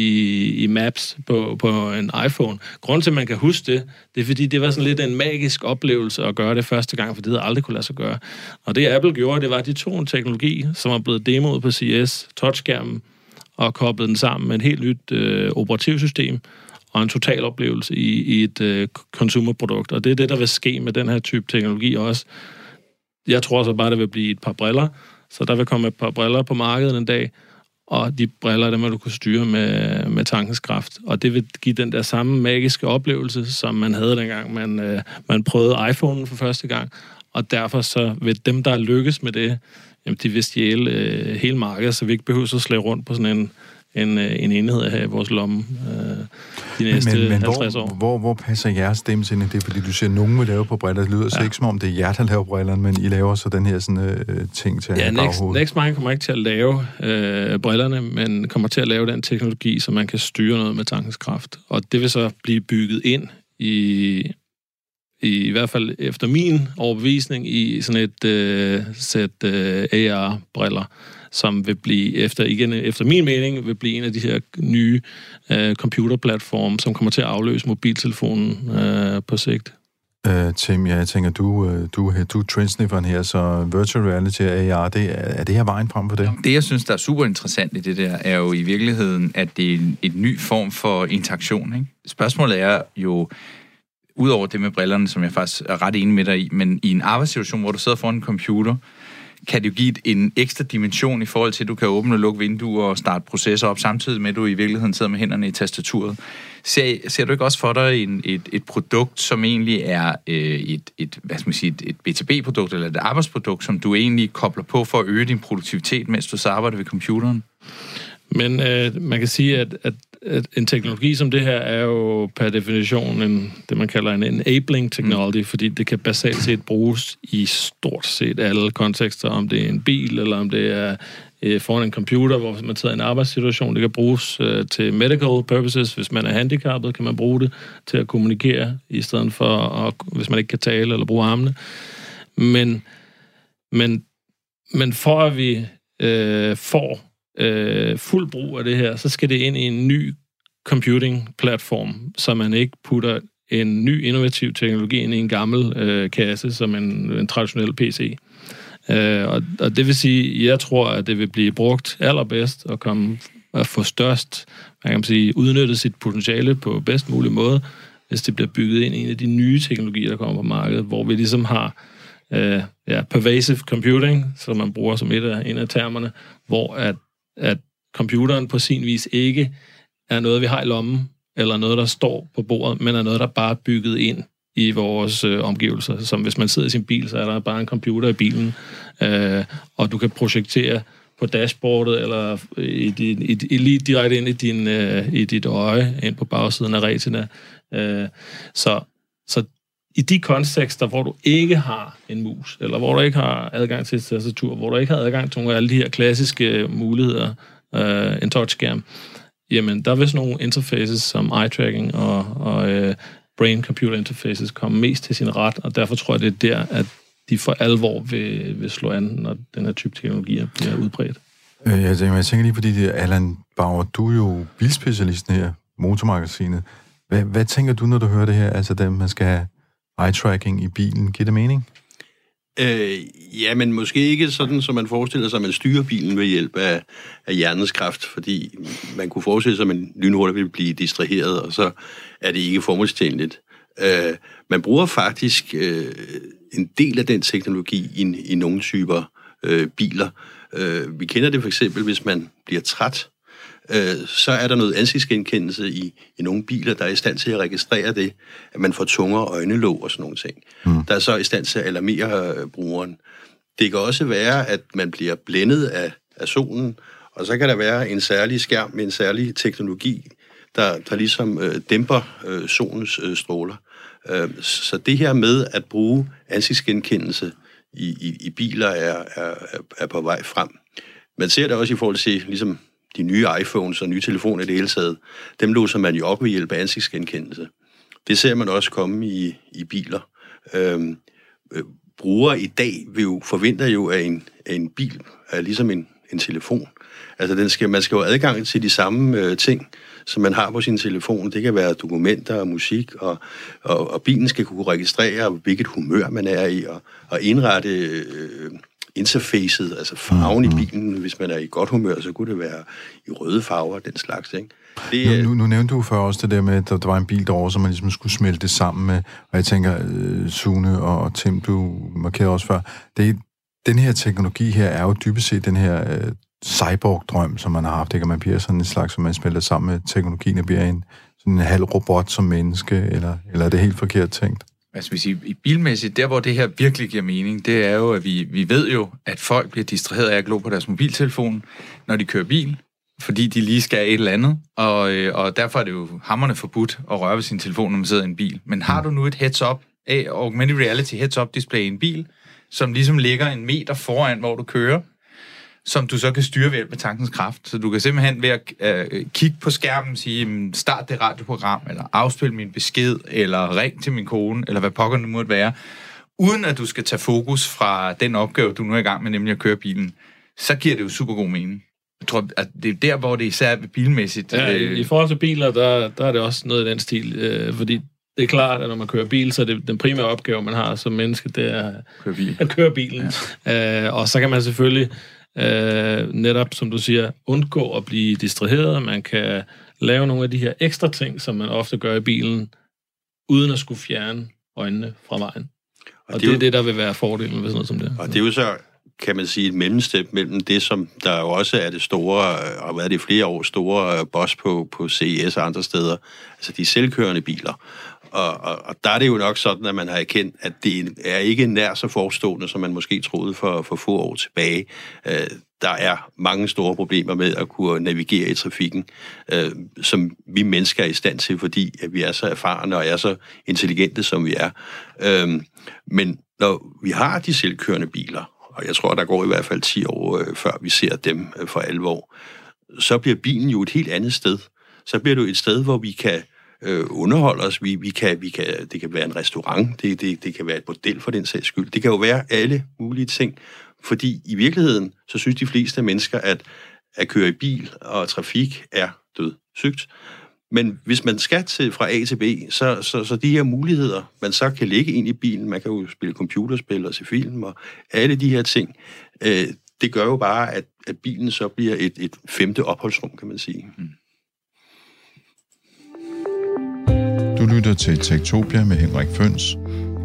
i maps på en iPhone. Grunden til, at man kan huske det er fordi, det var sådan lidt en magisk oplevelse at gøre det første gang, for det havde aldrig kunne lade sig gøre. Og det Apple gjorde, det var, at de tog en teknologi, som er blevet demoet på CES, touchskærmen, og koblede den sammen med et helt nyt operativsystem og en total oplevelse i et consumerprodukt. Og det er det, der vil ske med den her type teknologi også. Jeg tror så bare, det vil blive et par briller. Så der vil komme et par briller på markedet en dag, og de briller, dem vil du kunne styre med tankens kraft. Og det vil give den der samme magiske oplevelse, som man havde dengang, man prøvede iPhone'en for første gang. Og derfor så vil dem, der lykkes med det, jamen, de vil stjæle hele markedet, så vi ikke behøver at slæve rundt på sådan en enhed her i vores lomme de næste 50 år. Hvor passer jeres stemme ind i det? Fordi du siger, at nogen vil lave på briller. Det lyder så ikke som om, det er jer, der laver brillerne, men I laver så den her sådan, ting til at have baghovedet. Nextmind kommer ikke til at lave brillerne, men kommer til at lave den teknologi, så man kan styre noget med tankens kraft. Og det vil så blive bygget ind i i hvert fald efter min overbevisning, i sådan et sæt AR-briller, som vil blive, efter min mening, vil blive en af de her nye computerplatforme, som kommer til at afløse mobiltelefonen på sigt. Tim, jeg tænker, du er trendsnifferen her, så virtual reality og AR, er det her vejen frem for det? Det, jeg synes, der er super interessant i det der, er jo i virkeligheden, at det er en ny form for interaktion. Ikke? Spørgsmålet er jo, udover det med brillerne, som jeg faktisk er ret enig med dig i, men i en arbejdssituation, hvor du sidder foran en computer, kan det jo give en ekstra dimension i forhold til, at du kan åbne og lukke vinduer og starte processer op, samtidig med, at du i virkeligheden sidder med hænderne i tastaturet. Ser du ikke også for dig et produkt, som egentlig er et B2B-produkt, eller et arbejdsprodukt, som du egentlig kobler på for at øge din produktivitet, mens du så arbejder ved computeren? Men man kan sige, at en teknologi som det her er jo per definition det, man kalder en enabling technology, fordi det kan basalt set bruges i stort set alle kontekster, om det er en bil, eller om det er foran en computer, hvor man sidder i en arbejdssituation. Det kan bruges til medical purposes. Hvis man er handicappet, kan man bruge det til at kommunikere, i stedet for, hvis man ikke kan tale eller bruge armene. Men for at vi får fuld brug af det her, så skal det ind i en ny computing-platform, så man ikke putter en ny innovativ teknologi ind i en gammel kasse, som en traditionel PC. Og det vil sige, jeg tror, at det vil blive brugt allerbedst og at få størst, man kan sige, udnyttet sit potentiale på bedst mulig måde, hvis det bliver bygget ind i en af de nye teknologier, der kommer på markedet, hvor vi ligesom har pervasive computing, som man bruger som en af termerne, hvor at computeren på sin vis ikke er noget, vi har i lommen, eller noget, der står på bordet, men er noget, der bare er bygget ind i vores omgivelser. Som hvis man sidder i sin bil, så er der bare en computer i bilen, og du kan projektere på dashboardet, eller lige direkte ind i dit øje, ind på bagsiden af retina. Så i de kontekster, hvor du ikke har en mus, eller hvor du ikke har adgang til et tastatur, hvor du ikke har adgang til nogle af alle de her klassiske muligheder, en touchskærm, jamen der vil sådan nogle interfaces som eye-tracking og brain-computer interfaces komme mest til sin ret, og derfor tror jeg, det er der, at de for alvor vil slå an, når den her type teknologier bliver udbredt. Jeg tænker lige på det, Allan Bauer, du er jo bilspecialisten her, Motormagasinet. Hvad tænker du, når du hører det her, altså dem, man skal have eye-tracking i bilen? Giver det mening? Ja, men måske ikke sådan, som man forestiller sig, at man styrer bilen ved hjælp af hjernens kraft, fordi man kunne forestille sig, at man lynhurtigt vil blive distraheret, og så er det ikke formålstjenligt. Man bruger faktisk en del af den teknologi i nogle typer biler. Vi kender det for eksempel, hvis man bliver træt, så er der noget ansigtsgenkendelse i nogle biler, der er i stand til at registrere det, at man får tungere øjnelåg og sådan nogle ting. Der er så i stand til at alarmere brugeren. Det kan også være, at man bliver blændet af solen, og så kan der være en særlig skærm med en særlig teknologi, der ligesom dæmper solens stråler. Så det her med at bruge ansigtsgenkendelse i biler er på vej frem. Man ser det også i forhold til ligesom de nye iPhones og nye telefoner i det hele taget. Dem låser man jo op ved hjælp af ansigtsgenkendelse. Det ser man også komme i biler. Brugere i dag forventer jo, at en bil er ligesom en telefon. Altså man skal jo have adgang til de samme ting, som man har på sin telefon. Det kan være dokumenter og musik, og bilen skal kunne registrere, hvilket humør man er i, og indrette interfacet, altså farven i bilen. Hvis man er i godt humør, så kunne det være i røde farver, den slags, ikke? Nu nævnte du før også det der med, at der var en bil derovre, som man ligesom skulle smelte det sammen med, og jeg tænker, Sune og Tim, du markerede også før, den her teknologi her er jo dybest set den her cyborg-drøm, som man har haft, ikke? Man bliver sådan en slags, som man smelter sammen med teknologien, og bliver sådan en halv robot som menneske, eller er det helt forkert tænkt? Altså, hvis i bilmæssigt, der hvor det her virkelig giver mening, det er jo, at vi ved jo, at folk bliver distraheret af at glo på deres mobiltelefon, når de kører bil, fordi de lige skal et eller andet, og derfor er det jo hamrende forbudt at røre ved sin telefon, når man sidder i en bil. Men har du nu et heads-up, augmented reality heads-up display i en bil, som ligesom ligger 1 meter foran, hvor du kører, som du så kan styre ved hjælp med tankens kraft. Så du kan simpelthen ved at kigge på skærmen sige, start det radioprogram, eller afspil min besked, eller ring til min kone, eller hvad pokker det måtte være, uden at du skal tage fokus fra den opgave, du nu er i gang med, nemlig at køre bilen, så giver det jo super god mening. Jeg tror, at det er der, hvor det især er bilmæssigt. Ja, i forhold til biler, der er det også noget i den stil, fordi det er klart, at når man kører bil, så er det den primære opgave, man har som menneske, det er at køre bilen. Ja. Og så kan man selvfølgelig netop, som du siger, undgå at blive distraheret. Man kan lave nogle af de her ekstra ting, som man ofte gør i bilen, uden at skulle fjerne øjnene fra vejen. Og det er det, der vil være fordelen ved sådan noget som det. Og det er jo så, kan man sige, et mellemstep mellem det, som der jo også er det store, og hvad er det flere år, store boss på CES og andre steder, altså de selvkørende biler. Og der er det jo nok sådan, at man har erkendt, at det er ikke nær så forestående, som man måske troede for få år tilbage. Der er mange store problemer med at kunne navigere i trafikken, som vi mennesker er i stand til, fordi at vi er så erfarne og er så intelligente, som vi er. Men når vi har de selvkørende biler, og jeg tror, der går i hvert fald 10 år, før vi ser dem for alvor, så bliver bilen jo et helt andet sted. Så bliver det jo et sted, hvor vi kan underholde os. Det kan være en restaurant, det kan være et bordel for den sags skyld. Det kan jo være alle mulige ting, fordi i virkeligheden, så synes de fleste mennesker, at køre i bil og trafik er dødssygt. Men hvis man skal fra A til B, så de her muligheder, man så kan lægge ind i bilen, man kan jo spille computerspil og se film og alle de her ting, det gør jo bare, at bilen så bliver et femte opholdsrum, kan man sige. Du lytter til Techtopia med Henrik Føns.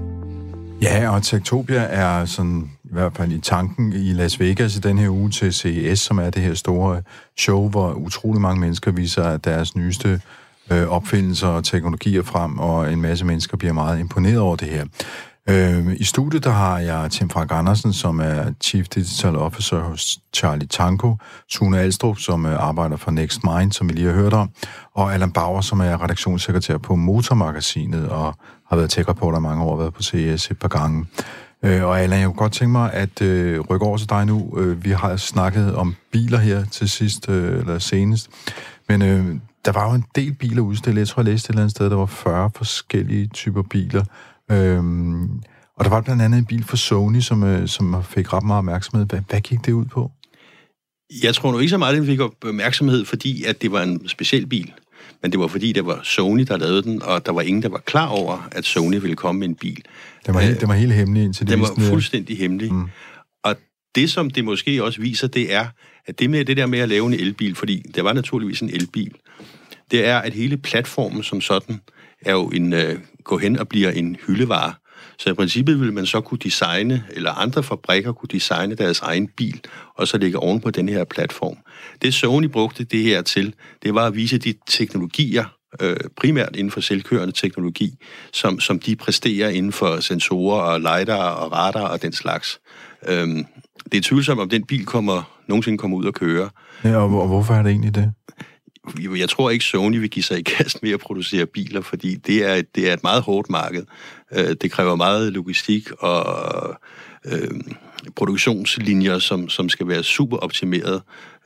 Ja, og Techtopia er sådan, i hvert fald i tanken i Las Vegas i den her uge til CES, som er det her store show, hvor utrolig mange mennesker viser deres nyeste opfindelser og teknologier frem, og en masse mennesker bliver meget imponeret over det her. I studiet, der har jeg Tim Frank Andersen, som er Chief Digital Officer hos Charlie Tango, Sune Alstrup, som arbejder for Next Mind, som vi lige har hørt om, og Allan Bauer, som er redaktionssekretær på Motormagasinet, og har været tech-reporter mange år, og været på CES et par gange. Og Allan, jeg kunne godt tænke mig at rykke over til dig nu. Vi har snakket om biler her til sidst, eller senest, men der var jo en del biler udstillet. Jeg tror, jeg læste et eller andet sted, der var 40 forskellige typer biler. Og der var blandt andet en bil fra Sony, som fik ret meget opmærksomhed. Hvad gik det ud på? Jeg tror nu ikke så meget, at den fik opmærksomhed, fordi at det var en speciel bil. Men det var fordi, det var Sony, der lavede den, og der var ingen, der var klar over, at Sony ville komme med en bil. Den var helt hemmelig indtil det. Den var fuldstændig hemmelig. Og det, som det måske også viser, det er, at det der med at lave en elbil, fordi det var naturligvis en elbil, det er, at hele platformen som sådan er jo går hen og bliver en hyldevare. Så i princippet ville man så kunne designe, eller andre fabrikker kunne designe deres egen bil, og så lægge oven på den her platform. Det Sony brugte det her til, det var at vise de teknologier, primært inden for selvkørende teknologi, som de præsterer inden for sensorer og lidar og radar og den slags. Det er tvivlsomt, om den bil nogensinde kommer ud og køre. Ja, og hvorfor er det egentlig det? Jeg tror ikke, Sony vil give sig i kast med at producere biler, fordi det er et meget hårdt marked. Det kræver meget logistik og produktionslinjer, som skal være super optimeret.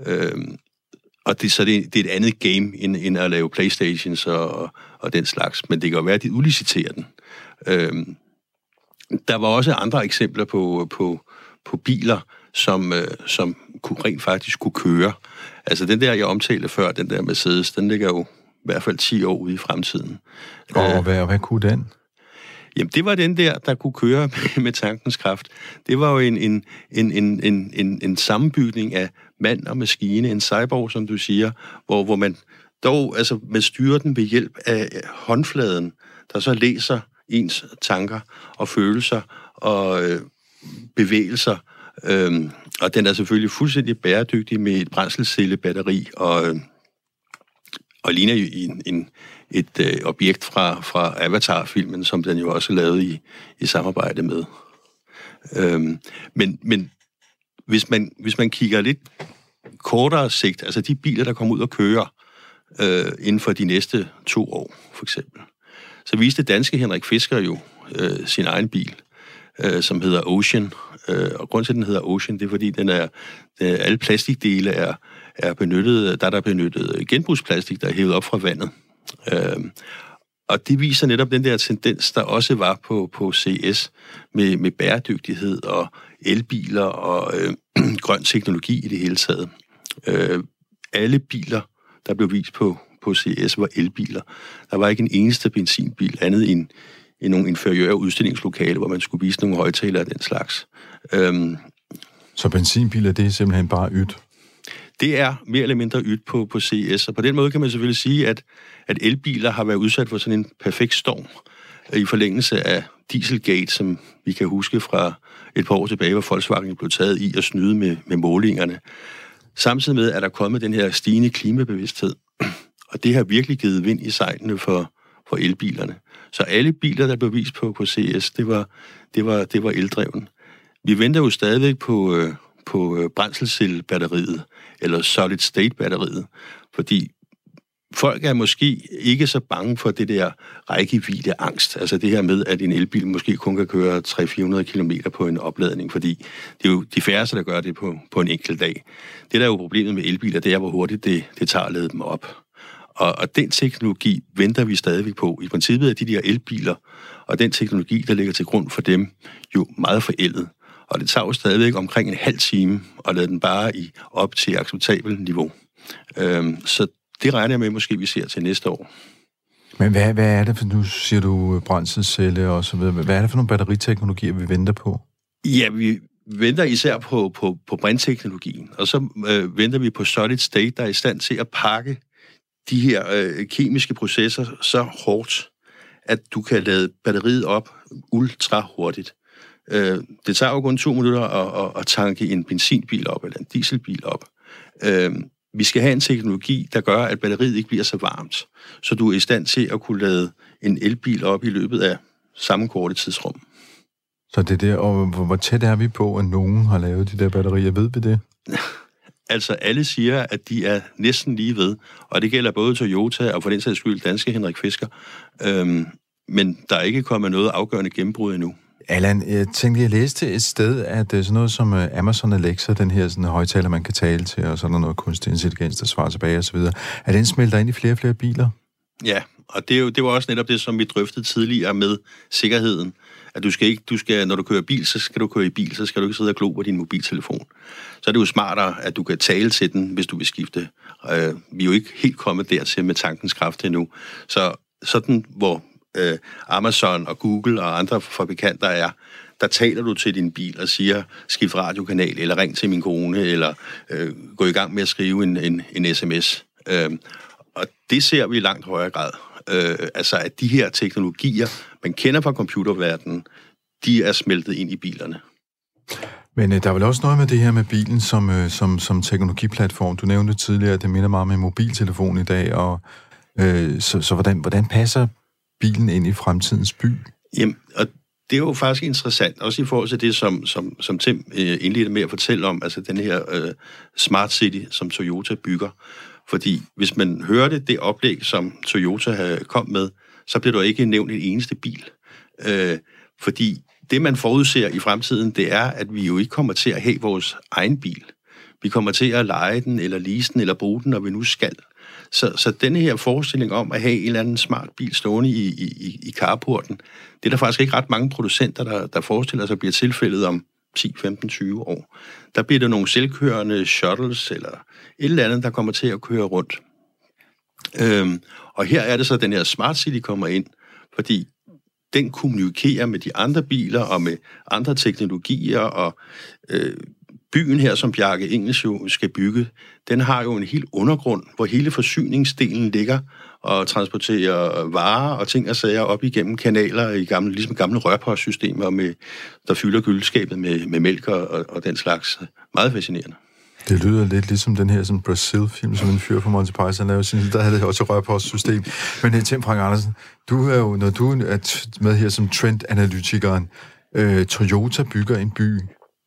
Og det er et andet game, end at lave Playstations og den slags. Men det kan jo være, at de udliciterer den. Der var også andre eksempler på biler, som rent faktisk kunne køre. Altså den der, jeg omtalte før, den der Mercedes, den ligger jo i hvert fald 10 år ude i fremtiden. Og hvad kunne den? Jamen, det var den der kunne køre med tankens kraft. Det var jo en sammenbygning af mand og maskine, en cyborg, som du siger, hvor man dog, altså man styrer den ved hjælp af håndfladen, der så læser ens tanker og følelser og bevægelser. Og den er selvfølgelig fuldstændig bæredygtig med et brændselscellebatteri og ligner jo et objekt fra Avatar-filmen, som den jo også lavede i samarbejde med. Men hvis man kigger lidt kortere sigt, altså de biler, der kommer ud og kører inden for de næste 2 år, for eksempel, så viste danske Henrik Fisker jo sin egen bil, som hedder Ocean, Og grunden til, at den hedder Ocean, det er, fordi alle plastikdele er benyttet, der er benyttet genbrugsplastik, der er hævet op fra vandet. Og det viser netop den der tendens, der også var på CES med bæredygtighed og elbiler og grøn teknologi i det hele taget. Alle biler, der blev vist på CES, var elbiler. Der var ikke en eneste benzinbil andet end i nogle inferiøre udstillingslokale, hvor man skulle vise nogle højtalere af den slags. Så benzinbiler, det er simpelthen bare ydt? Det er mere eller mindre ydt på CES, og på den måde kan man selvfølgelig sige, at elbiler har været udsat for sådan en perfekt storm i forlængelse af Dieselgate, som vi kan huske fra et par år tilbage, hvor Volkswagen blev taget i at snyde med målingerne. Samtidig med, at der er kommet den her stigende klimabevidsthed, og det har virkelig givet vind i sejlene for elbilerne. Så alle biler, der blev vist på CES, det var eldreven. Vi venter jo stadigvæk på brændselscellebatteriet, eller solid-state-batteriet, fordi folk er måske ikke så bange for det der rækkevidde angst, altså det her med, at en elbil måske kun kan køre 300-400 km på en opladning, fordi det er jo de færreste, der gør det på en enkelt dag. Det, der er jo problemet med elbiler, det er, hvor hurtigt det tager at lade dem op. Og den teknologi venter vi stadigvæk på. I princippet er de der elbiler, og den teknologi, der ligger til grund for dem, jo meget forældet. Og det tager jo stadigvæk omkring en halv time at lade den bare op til acceptabelt niveau. Så det regner jeg med, måske vi ser til næste år. Men hvad er det for, nu siger du brændselscelle og så videre, hvad er det for nogle batteriteknologier, vi venter på? Ja, vi venter især på brintteknologien, og så venter vi på solid state, der er i stand til at pakke de her kemiske processer så hårdt, at du kan lade batteriet op ultra hurtigt. Det tager jo kun 2 minutter at tanke en benzinbil op, eller en dieselbil op. Vi skal have en teknologi, der gør, at batteriet ikke bliver så varmt, så du er i stand til at kunne lade en elbil op i løbet af samme korte tidsrum. Så det der, og hvor tæt er vi på, at nogen har lavet de der batterier? Ved vi det? Altså, alle siger, at de er næsten lige ved, og det gælder både Toyota og for den sags skyld danske Henrik Fisker, men der er ikke kommet noget afgørende gennembrud endnu. Allan, jeg tænkte, jeg læste et sted, at sådan noget som Amazon Alexa, den her sådan højtaler, man kan tale til, og sådan noget kunstig intelligens, der svarer tilbage osv., at den smelter ind i flere og flere biler? Ja, og det var også netop det, som vi drøftede tidligere med sikkerheden. At du skal, når du kører bil, så skal du køre i bil, så skal du ikke sidde og glo på din mobiltelefon. Så er det jo smartere, at du kan tale til den, hvis du vil skifte. Vi er jo ikke helt kommet dertil med tankens kraft endnu. Så sådan, hvor Amazon og Google og andre fabrikanter er, der taler du til din bil og siger, skift radiokanal, eller ring til min kone, eller gå i gang med at skrive en sms. Og det ser vi i langt højere grad. Altså, at de her teknologier, man kender fra computerverdenen, de er smeltet ind i bilerne. Men der er vel også noget med det her med bilen som teknologiplatform. Du nævnte tidligere, at det minder meget om en mobiltelefon i dag, og så hvordan passer bilen ind i fremtidens by? Jamen, og det er jo faktisk interessant, også i forhold til det, som Tim indledte med at fortælle om, altså den her Smart City, som Toyota bygger. Fordi hvis man hørte det oplæg, som Toyota kom med, så bliver der ikke nævnt en eneste bil. Fordi det, man forudser i fremtiden, det er, at vi jo ikke kommer til at have vores egen bil. Vi kommer til at leje den, eller lease den, eller bruge den, når vi nu skal. Så denne her forestilling om at have en eller anden smart bil stående i carporten, det er der faktisk ikke ret mange producenter, der forestiller sig bliver tilfældet om 10, 15, 20 år. Der bliver der nogle selvkørende shuttles eller et eller andet, der kommer til at køre rundt. Og her er det så, at den her Smart City kommer ind, fordi den kommunikerer med de andre biler og med andre teknologier, og byen her, som Bjarke Ingels jo skal bygge, den har jo en helt undergrund, hvor hele forsyningsdelen ligger og transporterer varer og ting og sager op igennem kanaler i gamle rørpostsystemer, der fylder køleskabet med mælk og den slags. Meget fascinerende. Det lyder lidt ligesom den her sådan Brazil-film, som en fyr fra Monty Python lavede. Der havde det også et rørpostsystem. Men Tim Frank Andersen, du er jo, når du er med her som trendanalytikeren, Toyota bygger en by.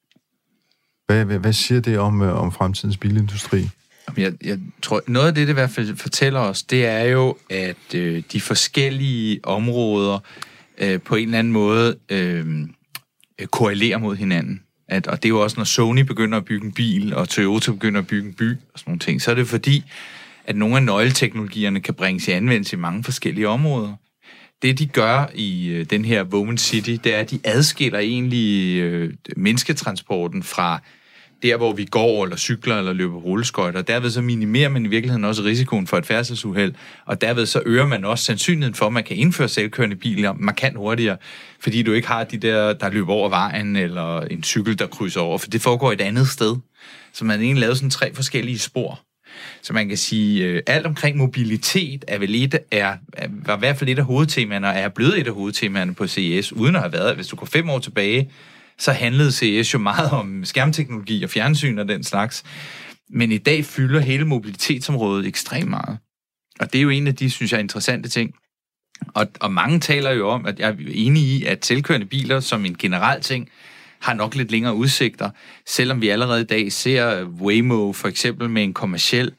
Hvad siger det om fremtidens bilindustri? Jeg tror, noget af det i hvert fald fortæller os, det er jo, at de forskellige områder på en eller anden måde korrelerer mod hinanden. Og det er jo også, når Sony begynder at bygge en bil, og Toyota begynder at bygge en by, og sådan nogle ting, så er det fordi, at nogle af nøgleteknologierne kan bringes i anvendelse i mange forskellige områder. Det, de gør i den her Woven City, det er, at de adskiller egentlig mennesketransporten fra der, hvor vi går, eller cykler, eller løber rulleskøjter. Derved så minimerer man i virkeligheden også risikoen for et færdselsuheld, og derved så øger man også sandsynligheden for, at man kan indføre selvkørende biler markant hurtigere, fordi du ikke har de der løber over vejen, eller en cykel, der krydser over, for det foregår et andet sted. Så man har egentlig lavet sådan 3 forskellige spor. Så man kan sige, alt omkring mobilitet var i hvert fald et af hovedtemaerne, og er blevet et af hovedtemaerne på CES, uden at have været. Hvis du går 5 år tilbage, så handlede CES jo meget om skærmteknologi og fjernsyn og den slags. Men i dag fylder hele mobilitetsområdet ekstremt meget. Og det er jo en af de, synes jeg, interessante ting. Og mange taler jo om, at jeg er enig i, at selvkørende biler som en generel ting, har nok lidt længere udsigter, selvom vi allerede i dag ser Waymo for eksempel med en kommerciel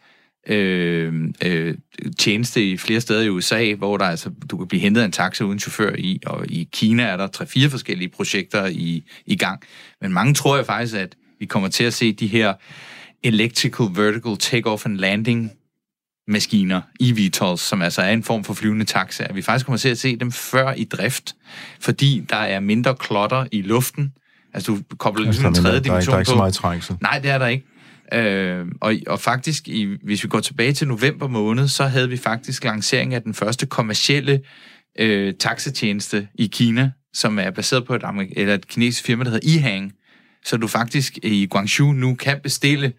tjeneste i flere steder i USA, hvor der altså, du kan blive hentet af en taxa uden chauffør i, og i Kina er der 3-4 forskellige projekter i gang. Men mange tror jeg faktisk, at vi kommer til at se de her electrical vertical take-off and landing maskiner, eVTOLs, som altså er en form for flyvende taxaer. Vi faktisk kommer til at se dem før i drift, fordi der er mindre klotter i luften. Altså, du kobler ligesom en tredje dimension på. Der er ikke så meget trængsel. Nej, det er der ikke. Og faktisk, hvis vi går tilbage til november måned, så havde vi faktisk lancering af den første kommercielle taxatjeneste i Kina, som er baseret på et kinesisk firma, der hedder Ehang. Så du faktisk i Guangzhou nu kan bestille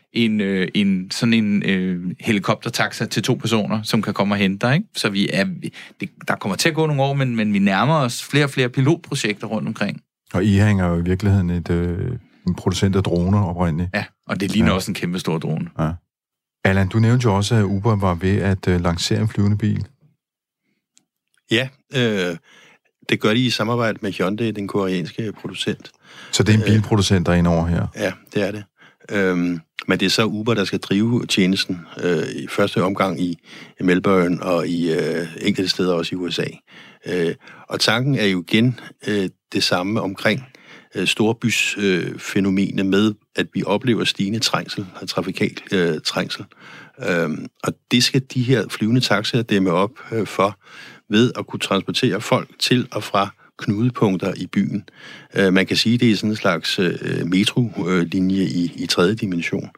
en helikoptertaxa til 2 personer, som kan komme og hente dig, ikke? Så der kommer til at gå nogle år, men vi nærmer os flere og flere pilotprojekter rundt omkring. Og Ehang er jo i virkeligheden en producent af droner oprindeligt. Ja, og det ligner også en kæmpe stor drone. Ja. Allan, du nævnte jo også, at Uber var ved at lancere en flyvende bil. Ja, det gør de i samarbejde med Hyundai, den koreanske producent. Så det er en bilproducent, der er inde over her? Ja, det er det. Men det er så Uber, der skal drive tjenesten i første omgang i Melbourne og i enkelte steder også i USA. Og tanken er jo igen det samme omkring storbysfænomenet med, at vi oplever stigende trængsel, trafikal trængsel. Og det skal de her flyvende taxaer dæmme op for ved at kunne transportere folk til og fra knudepunkter i byen. Man kan sige, at det er sådan en slags metrolinje i 3. dimension.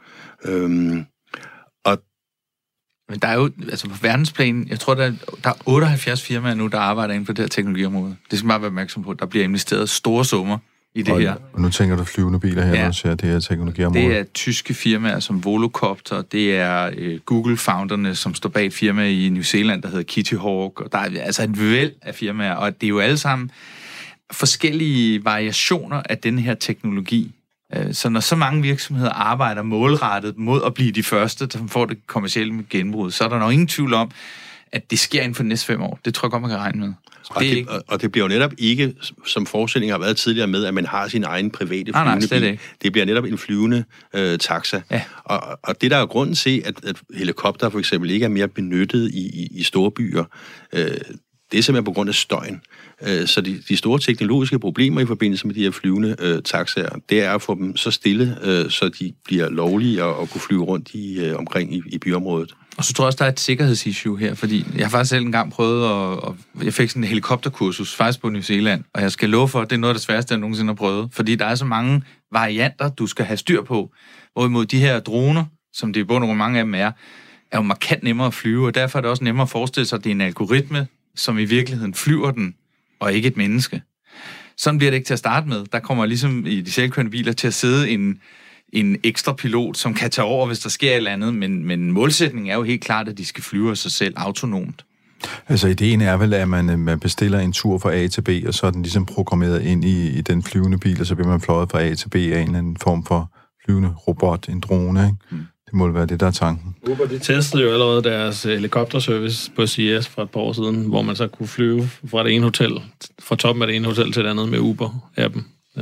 Men der er jo, altså på verdensplan, jeg tror, der er 78 firmaer nu, der arbejder inden for det her teknologiområde. Det skal man være opmærksom på. Der bliver investeret store summer i det her. Og nu tænker du flyvende biler her, når du ser det her teknologiområde. Det er tyske firmaer som Volocopter, det er Google-founderne, som står bag et firma i New Zealand, der hedder Kitty Hawk, og der er altså et væld af firmaer, og det er jo alle sammen forskellige variationer af den her teknologi. Så når så mange virksomheder arbejder målrettet mod at blive de første, som får det kommercielle gennembrud, så er der nok ingen tvivl om, at det sker inden for de næste 5 år. Det tror jeg godt, man kan regne med. Og det bliver jo netop ikke, som forestilling har været tidligere med, at man har sin egen private flyvende bil. Det bliver netop en flyvende taxa. Ja. Og det der er grunden til, at helikopter for eksempel ikke er mere benyttet i store byer, det er simpelthen på grund af støjen. Så de store teknologiske problemer i forbindelse med de her flyvende taxaer, det er at få dem så stille, så de bliver lovlige at kunne flyve rundt omkring i byområdet. Og så tror jeg også, der er et sikkerhedsissue her, fordi jeg har faktisk selv engang prøvet jeg fik sådan en helikopterkursus, faktisk på New Zealand, og jeg skal love for, at det er noget af det sværeste, jeg nogensinde har prøvet, fordi der er så mange varianter, du skal have styr på, hvorimod de her droner, som det i bund og grund mange af dem er jo markant nemmere at flyve, og derfor er det også nemmere at forestille sig, at det er en algoritme, som i virkeligheden flyver den, og ikke et menneske. Sådan bliver det ikke til at starte med. Der kommer ligesom i de selvkørende biler til at sidde en ekstra pilot, som kan tage over, hvis der sker et eller andet, men målsætningen er jo helt klart, at de skal flyve af sig selv autonomt. Altså ideen er vel, at man bestiller en tur fra A til B, og så er den ligesom programmeret ind i den flyvende bil, og så bliver man fløjet fra A til B af en eller anden form for flyvende robot, en drone, ikke? Det må være det, der er tanken. Uber, de testede jo allerede deres helikopterservice på CES for et par år siden, hvor man så kunne flyve fra det ene hotel, fra toppen af det ene hotel til det andet med Uber-appen. Ja,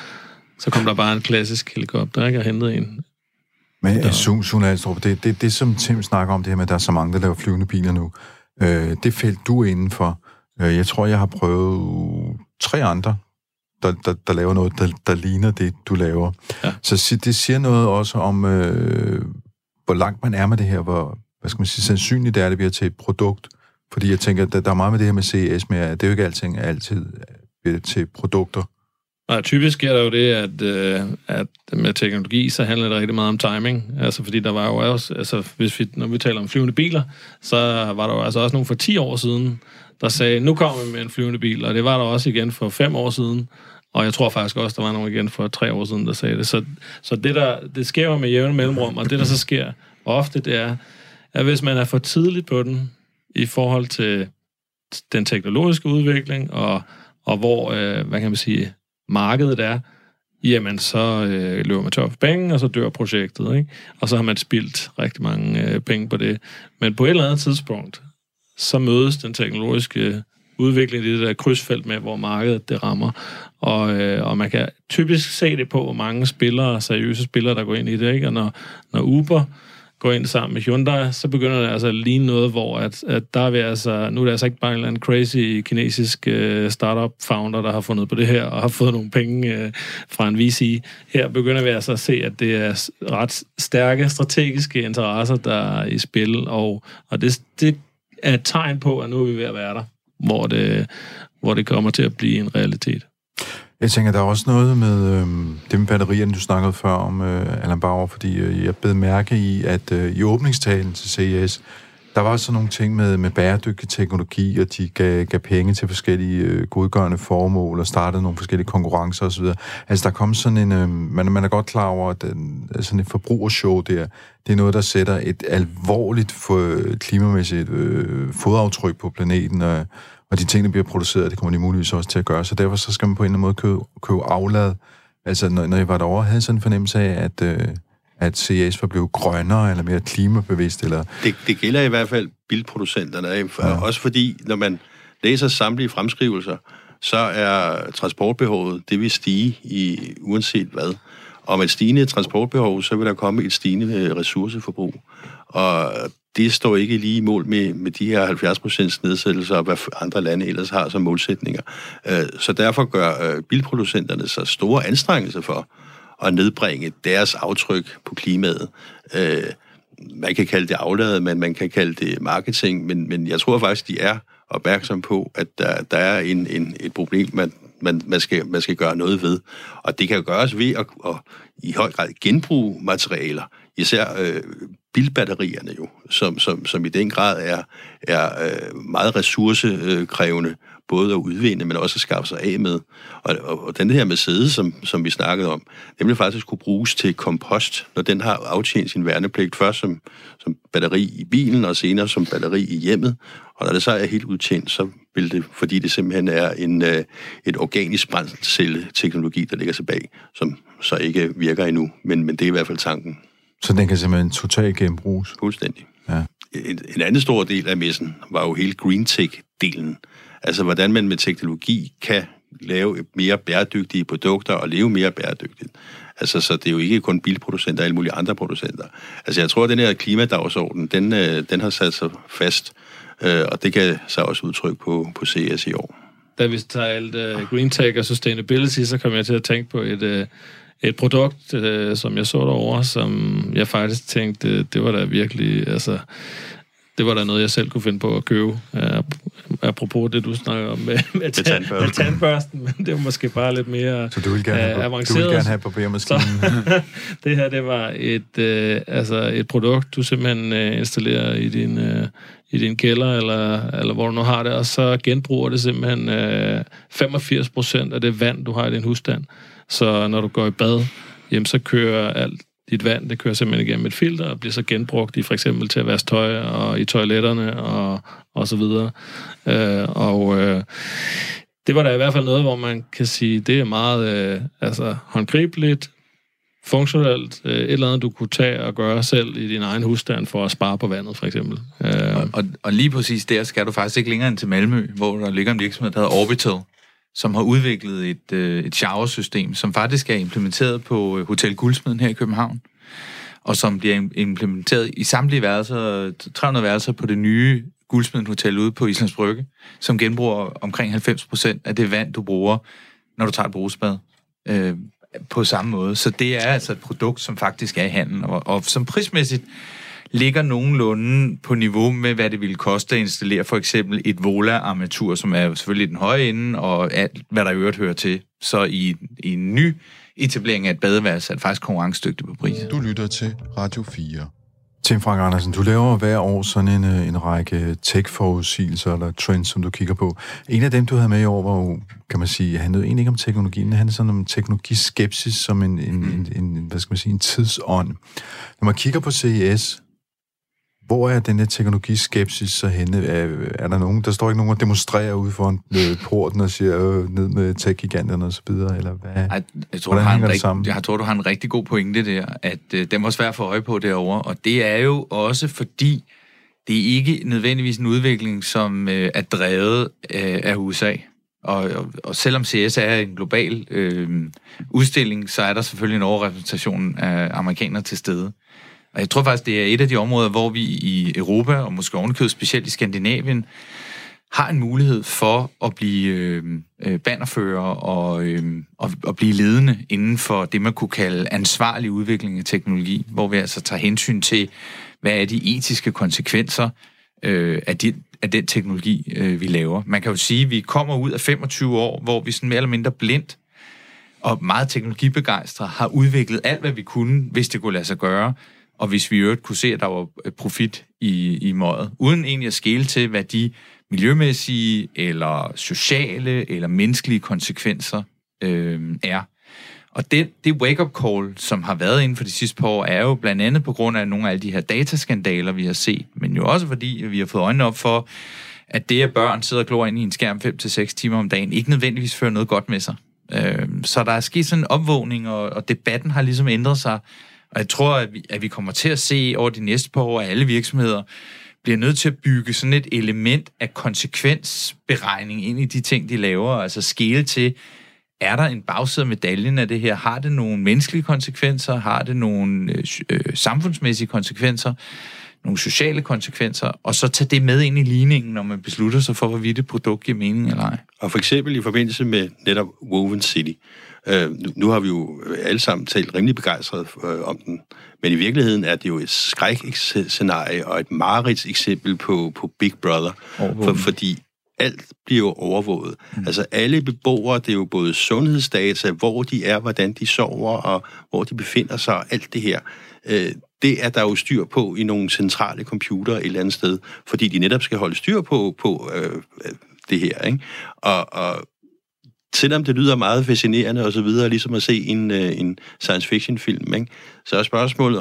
så kom der bare en klassisk helikopter, ikke, og hentede en. Men Sune Alstrup, det som Tim snakker om, det her med, at der er så mange, der laver flyvende biler nu, det felt du er indenfor. Jeg tror, jeg har prøvet 3 andre der laver noget, der ligner det, du laver. Ja. Så det siger noget også om, hvor langt man er med det her, hvor, hvad skal man sige, sandsynligt det er, det bliver til et produkt. Fordi jeg tænker, der er meget med det her med CES, men det er jo ikke altid bliver til produkter. Nej, typisk sker der jo det, at med teknologi, så handler det rigtig meget om timing. Altså, fordi der var jo også, altså, når vi taler om flyvende biler, så var der jo altså også nogen for 10 år siden, der sagde, nu kommer vi med en flyvende bil, og det var der også igen for 5 år siden, og jeg tror faktisk også, der var nogen igen for 3 år siden, der sagde det. Så det sker jo med jævne mellemrum, og det, der så sker ofte, det er, at hvis man er for tidligt på den, i forhold til den teknologiske udvikling, og hvor, hvad kan man sige, markedet er, jamen så løber man tør for penge, og så dør projektet, ikke? Og så har man spildt rigtig mange penge på det. Men på et eller andet tidspunkt, så mødes den teknologiske udvikling i det der krydsfelt med, hvor markedet det rammer. Og man kan typisk se det på, hvor mange seriøse spillere, der går ind i det, ikke? Og når Uber går ind sammen med Hyundai, så begynder det altså at ligne noget, hvor at der er vi altså, nu er det altså ikke bare en eller anden crazy kinesisk startup-founder, der har fundet på det her, og har fået nogle penge fra en VC. Her begynder vi altså at se, at det er ret stærke strategiske interesser, der er i spil, og det er et tegn på, at nu er vi ved at være der, hvor det kommer til at blive en realitet. Jeg tænker, der er også noget med det med batterierne, du snakkede før om, Allan Bauer, fordi jeg bed mærke i, at i åbningstalen til CES, der var sådan nogle ting med bæredygtig teknologi, og de gav penge til forskellige godgørende formål, og startede nogle forskellige konkurrencer osv. Altså, der kom sådan en... man er godt klar over, at sådan et forbrugershow der, det er noget, der sætter et alvorligt klimamæssigt fodaftryk på planeten, og de ting, der bliver produceret, det kommer de muligvis også til at gøre. Så derfor så skal man på en eller anden måde købe aflad. Altså, når jeg var derovre, havde jeg sådan en fornemmelse af, at CES var blevet grønnere eller mere klimabevidst. Eller... Det gælder i hvert fald bilproducenterne. Ja. Også fordi, når man læser samtlige fremskrivelser, så er transportbehovet, det vil stige uanset hvad. Og med et stigende transportbehov, så vil der komme et stigende ressourceforbrug. Og det står ikke lige i mål med de her 70% nedsættelser, og hvad andre lande ellers har som målsætninger. Så derfor gør bilproducenterne så store anstrengelser for at nedbringe deres aftryk på klimaet. Man kan kalde det afladet, men man kan kalde det marketing, men jeg tror faktisk, de er opmærksom på, at der er et problem, man skal gøre noget ved. Og det kan gøres ved at i høj grad genbruge materialer, især bilbatterierne jo, som i den grad er meget ressourcekrævende, både at udvinde, men også at skaffe sig af med. Og den her Mercedes, som vi snakkede om, den vil faktisk kunne bruges til kompost, når den har aftjent sin værnepligt, først som batteri i bilen, og senere som batteri i hjemmet. Og når det så er helt udtjent, så vil det, fordi det simpelthen er et organisk brændselscelleteknologi, der ligger tilbage, som så ikke virker endnu, men det er i hvert fald tanken. Så den kan simpelthen totalt genbruges? Fuldstændig. Ja. En anden stor del af messen var jo hele green tech-delen. Altså, hvordan man med teknologi kan lave mere bæredygtige produkter og leve mere bæredygtigt. Altså, så det er jo ikke kun bilproducenter og alle mulige andre producenter. Altså, jeg tror, at den her klimadagsorden, den har sat sig fast, og det kan så også udtrykke på CES i år. Da vi talte green tech og sustainability, så kom jeg til at tænke på et produkt, som jeg så derovre, som jeg faktisk tænkte, det var da virkelig, altså, det var da noget, jeg selv kunne finde på at købe. Apropos det, du snakker om med tandbørsten, men det var måske bare lidt mere så du vil gerne avanceret. Du vil gerne have barbermaskinen. Det her, det var et produkt, du simpelthen installerer i din kælder, eller hvor du nu har det, og så genbruger det simpelthen 85% af det vand, du har i din husstand. Så når du går i bad, jamen, så kører alt dit vand, det kører simpelthen igennem et filter og bliver så genbrugt i for eksempel til at vaske tøj og i toiletterne og så videre. Det var da i hvert fald noget, hvor man kan sige, det er meget håndgribeligt, funktionelt, et eller andet, du kunne tage og gøre selv i din egen husstand for at spare på vandet, for eksempel. Og lige præcis der skal du faktisk ikke længere end til Malmø, hvor der ligger en virksomhed, der hedder Orbital, som har udviklet et showersystem, som faktisk er implementeret på Hotel Guldsmeden her i København, og som bliver implementeret i samtlige værelser, 300 værelser på det nye Guldsmeden Hotel ude på Islands Brygge, som genbruger omkring 90% af det vand, du bruger, når du tager et brugsbad. På samme måde. Så det er altså et produkt, som faktisk er i handel, og som prismæssigt ligger nogenlunde på niveau med, hvad det ville koste at installere for eksempel et Vola-armatur, som er selvfølgelig den høje ende, og alt, hvad der i øvrigt hører til. Så i en ny etablering af et badeværelse er det faktisk konkurrencedygtigt på pris. Du lytter til Radio 4. Tim Frank Andersen, du laver hver år sådan en række tech-forudsigelser eller trends, som du kigger på. En af dem, du havde med i år, var jo, kan man sige, handlede egentlig ikke om teknologien, det handlede sådan om teknologiskepsis som en hvad skal man sige, en tidsånd. Når man kigger på CES, hvor er den her teknologiskepsis så henne? Er der nogen, der står ikke nogen og demonstrerer ude foran porten og siger ned med tech-giganterne og så videre, eller hvad? Jeg tror, du har en rigtig god pointe der, at den var svært at få øje på derovre, og det er jo også fordi, det er ikke nødvendigvis en udvikling, som er drevet af USA. Og selvom CS er en global udstilling, så er der selvfølgelig en overrepræsentation af amerikanere til stede. Og jeg tror faktisk, det er et af de områder, hvor vi i Europa, og måske ovenikøbet specielt i Skandinavien, har en mulighed for at blive bannerfører og blive ledende inden for det, man kunne kalde ansvarlig udvikling af teknologi, hvor vi altså tager hensyn til, hvad er de etiske konsekvenser af den teknologi, vi laver. Man kan jo sige, at vi kommer ud af 25 år, hvor vi sådan mere eller mindre blindt og meget teknologibegejstret har udviklet alt, hvad vi kunne, hvis det kunne lade sig gøre, og hvis vi i øvrigt kunne se, at der var profit i møget, uden egentlig at skele til, hvad de miljømæssige, eller sociale, eller menneskelige konsekvenser er. Og det wake-up call, som har været inden for de sidste par år, er jo blandt andet på grund af nogle af alle de her dataskandaler, vi har set, men jo også fordi, vi har fået øjnene op for, at det, at børn sidder og glor ind i en skærm 5-6 timer om dagen, ikke nødvendigvis fører noget godt med sig. Så der er sket sådan en opvågning, og debatten har ligesom ændret sig. Og jeg tror, at vi kommer til at se over de næste par år, at alle virksomheder bliver nødt til at bygge sådan et element af konsekvensberegning ind i de ting, de laver. Altså skele til, er der en bagside af medaljen af det her? Har det nogle menneskelige konsekvenser? Har det nogle samfundsmæssige konsekvenser? Nogle sociale konsekvenser? Og så tage det med ind i ligningen, når man beslutter sig for, hvorvidt et produkt giver mening eller ej. Og for eksempel i forbindelse med netop Woven City. Nu har vi jo alle sammen talt rimelig begejstret om den, men i virkeligheden er det jo et skrækscenarie og et mareridseksempel på Big Brother, fordi alt bliver jo overvåget. Altså alle beboere, det er jo både sundhedsdata, hvor de er, hvordan de sover og hvor de befinder sig, og alt det her. Det er der jo styr på i nogle centrale computere et eller andet sted, fordi de netop skal holde styr på det her, ikke? Og selvom det lyder meget fascinerende og så videre, ligesom at se en science fiction film, ikke? Så er spørgsmålet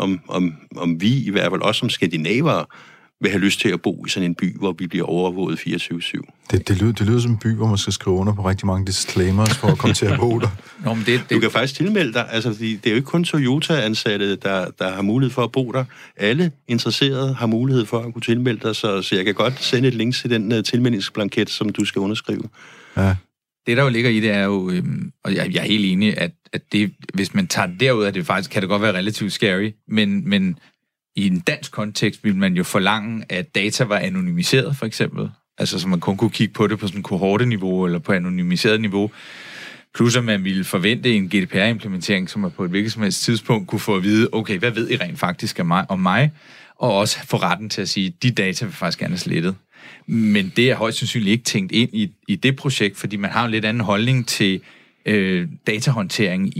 om vi, i hvert fald også som skandinavere, vil have lyst til at bo i sådan en by, hvor vi bliver overvåget 24/7. Det lyder som en by, hvor man skal skrive under på rigtig mange disclaimers for at komme til at bo der. Nå, men du kan faktisk tilmelde dig. Altså, det er jo ikke kun Toyota-ansatte, der har mulighed for at bo der. Alle interesserede har mulighed for at kunne tilmelde dig, så jeg kan godt sende et link til den tilmeldingsblanket, som du skal underskrive. Ja. Det, der jo ligger i det, er jo, og jeg er helt enig, at det, hvis man tager det derud, at det faktisk kan det godt være relativt scary, men i en dansk kontekst ville man jo forlange, at data var anonymiseret, for eksempel. Altså, så man kun kunne kigge på det på sådan en kohorte-niveau, eller på anonymiseret niveau. Plus, at man ville forvente en GDPR-implementering, som man på et hvilket som helst tidspunkt kunne få at vide, okay, hvad ved I rent faktisk om mig? Og også få retten til at sige, de data vil faktisk gerne have slettet. Men det er højst sandsynligt ikke tænkt ind i det projekt, fordi man har en lidt anden holdning til datahåndtering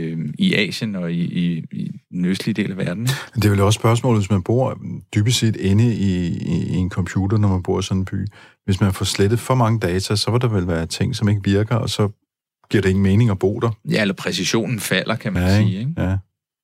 i Asien og i den østlige del af verden. Det er vel også spørgsmålet, hvis man bor dybest set inde i en computer, når man bor i sådan en by. Hvis man får slettet for mange data, så vil der vel være ting, som ikke virker, og så giver det ingen mening at bo der. Ja, eller præcisionen falder, kan man sige. Ikke? Ja.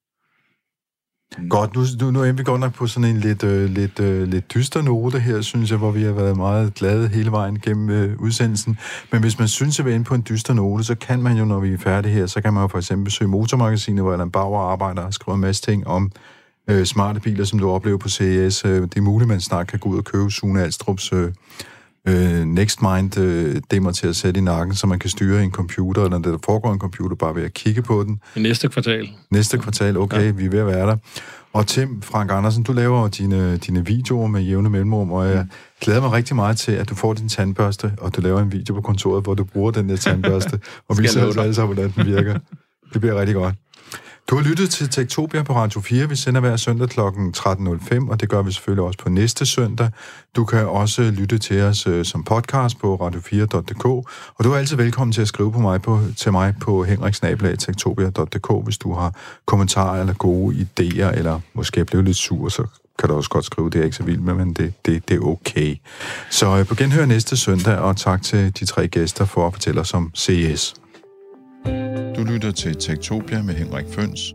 Godt, nu er vi godt nok på sådan en lidt dyster note her, synes jeg, hvor vi har været meget glade hele vejen gennem udsendelsen. Men hvis man synes at vi er inde på en dyster note, så kan man jo, når vi er færdige her, så kan man jo for eksempel besøge Motormagasinet, hvor Allan Bauer arbejder og har skrevet en masse ting om smarte biler, som du oplever på CES. Det er muligt, man snart kan gå ud og købe Sune Alstrups NextMind demmer til at sætte i nakken, så man kan styre en computer, eller der foregår en computer, bare ved at kigge på den. I næste kvartal. Næste kvartal, okay, ja. Vi er ved at være der. Og Tim Frank Andersen, du laver jo dine videoer med jævne mellemrum, og jeg glæder mig rigtig meget til, at du får din tandbørste, og du laver en video på kontoret, hvor du bruger den der tandbørste, og viser os alle sammen, hvordan den virker. Det bliver rigtig godt. Du har lyttet til Techtopia på Radio 4. Vi sender hver søndag kl. 13.05, og det gør vi selvfølgelig også på næste søndag. Du kan også lytte til os som podcast på radio4.dk, og du er altid velkommen til at skrive til mig på henriksnabelag.techtopia.dk, hvis du har kommentarer eller gode idéer, eller måske er blevet lidt sur, så kan du også godt skrive, det er ikke så vildt med, men det er okay. Så på genhør næste søndag, og tak til de 3 gæster for at fortælle os om CES. Du lytter til Techtopia med Henrik Føns.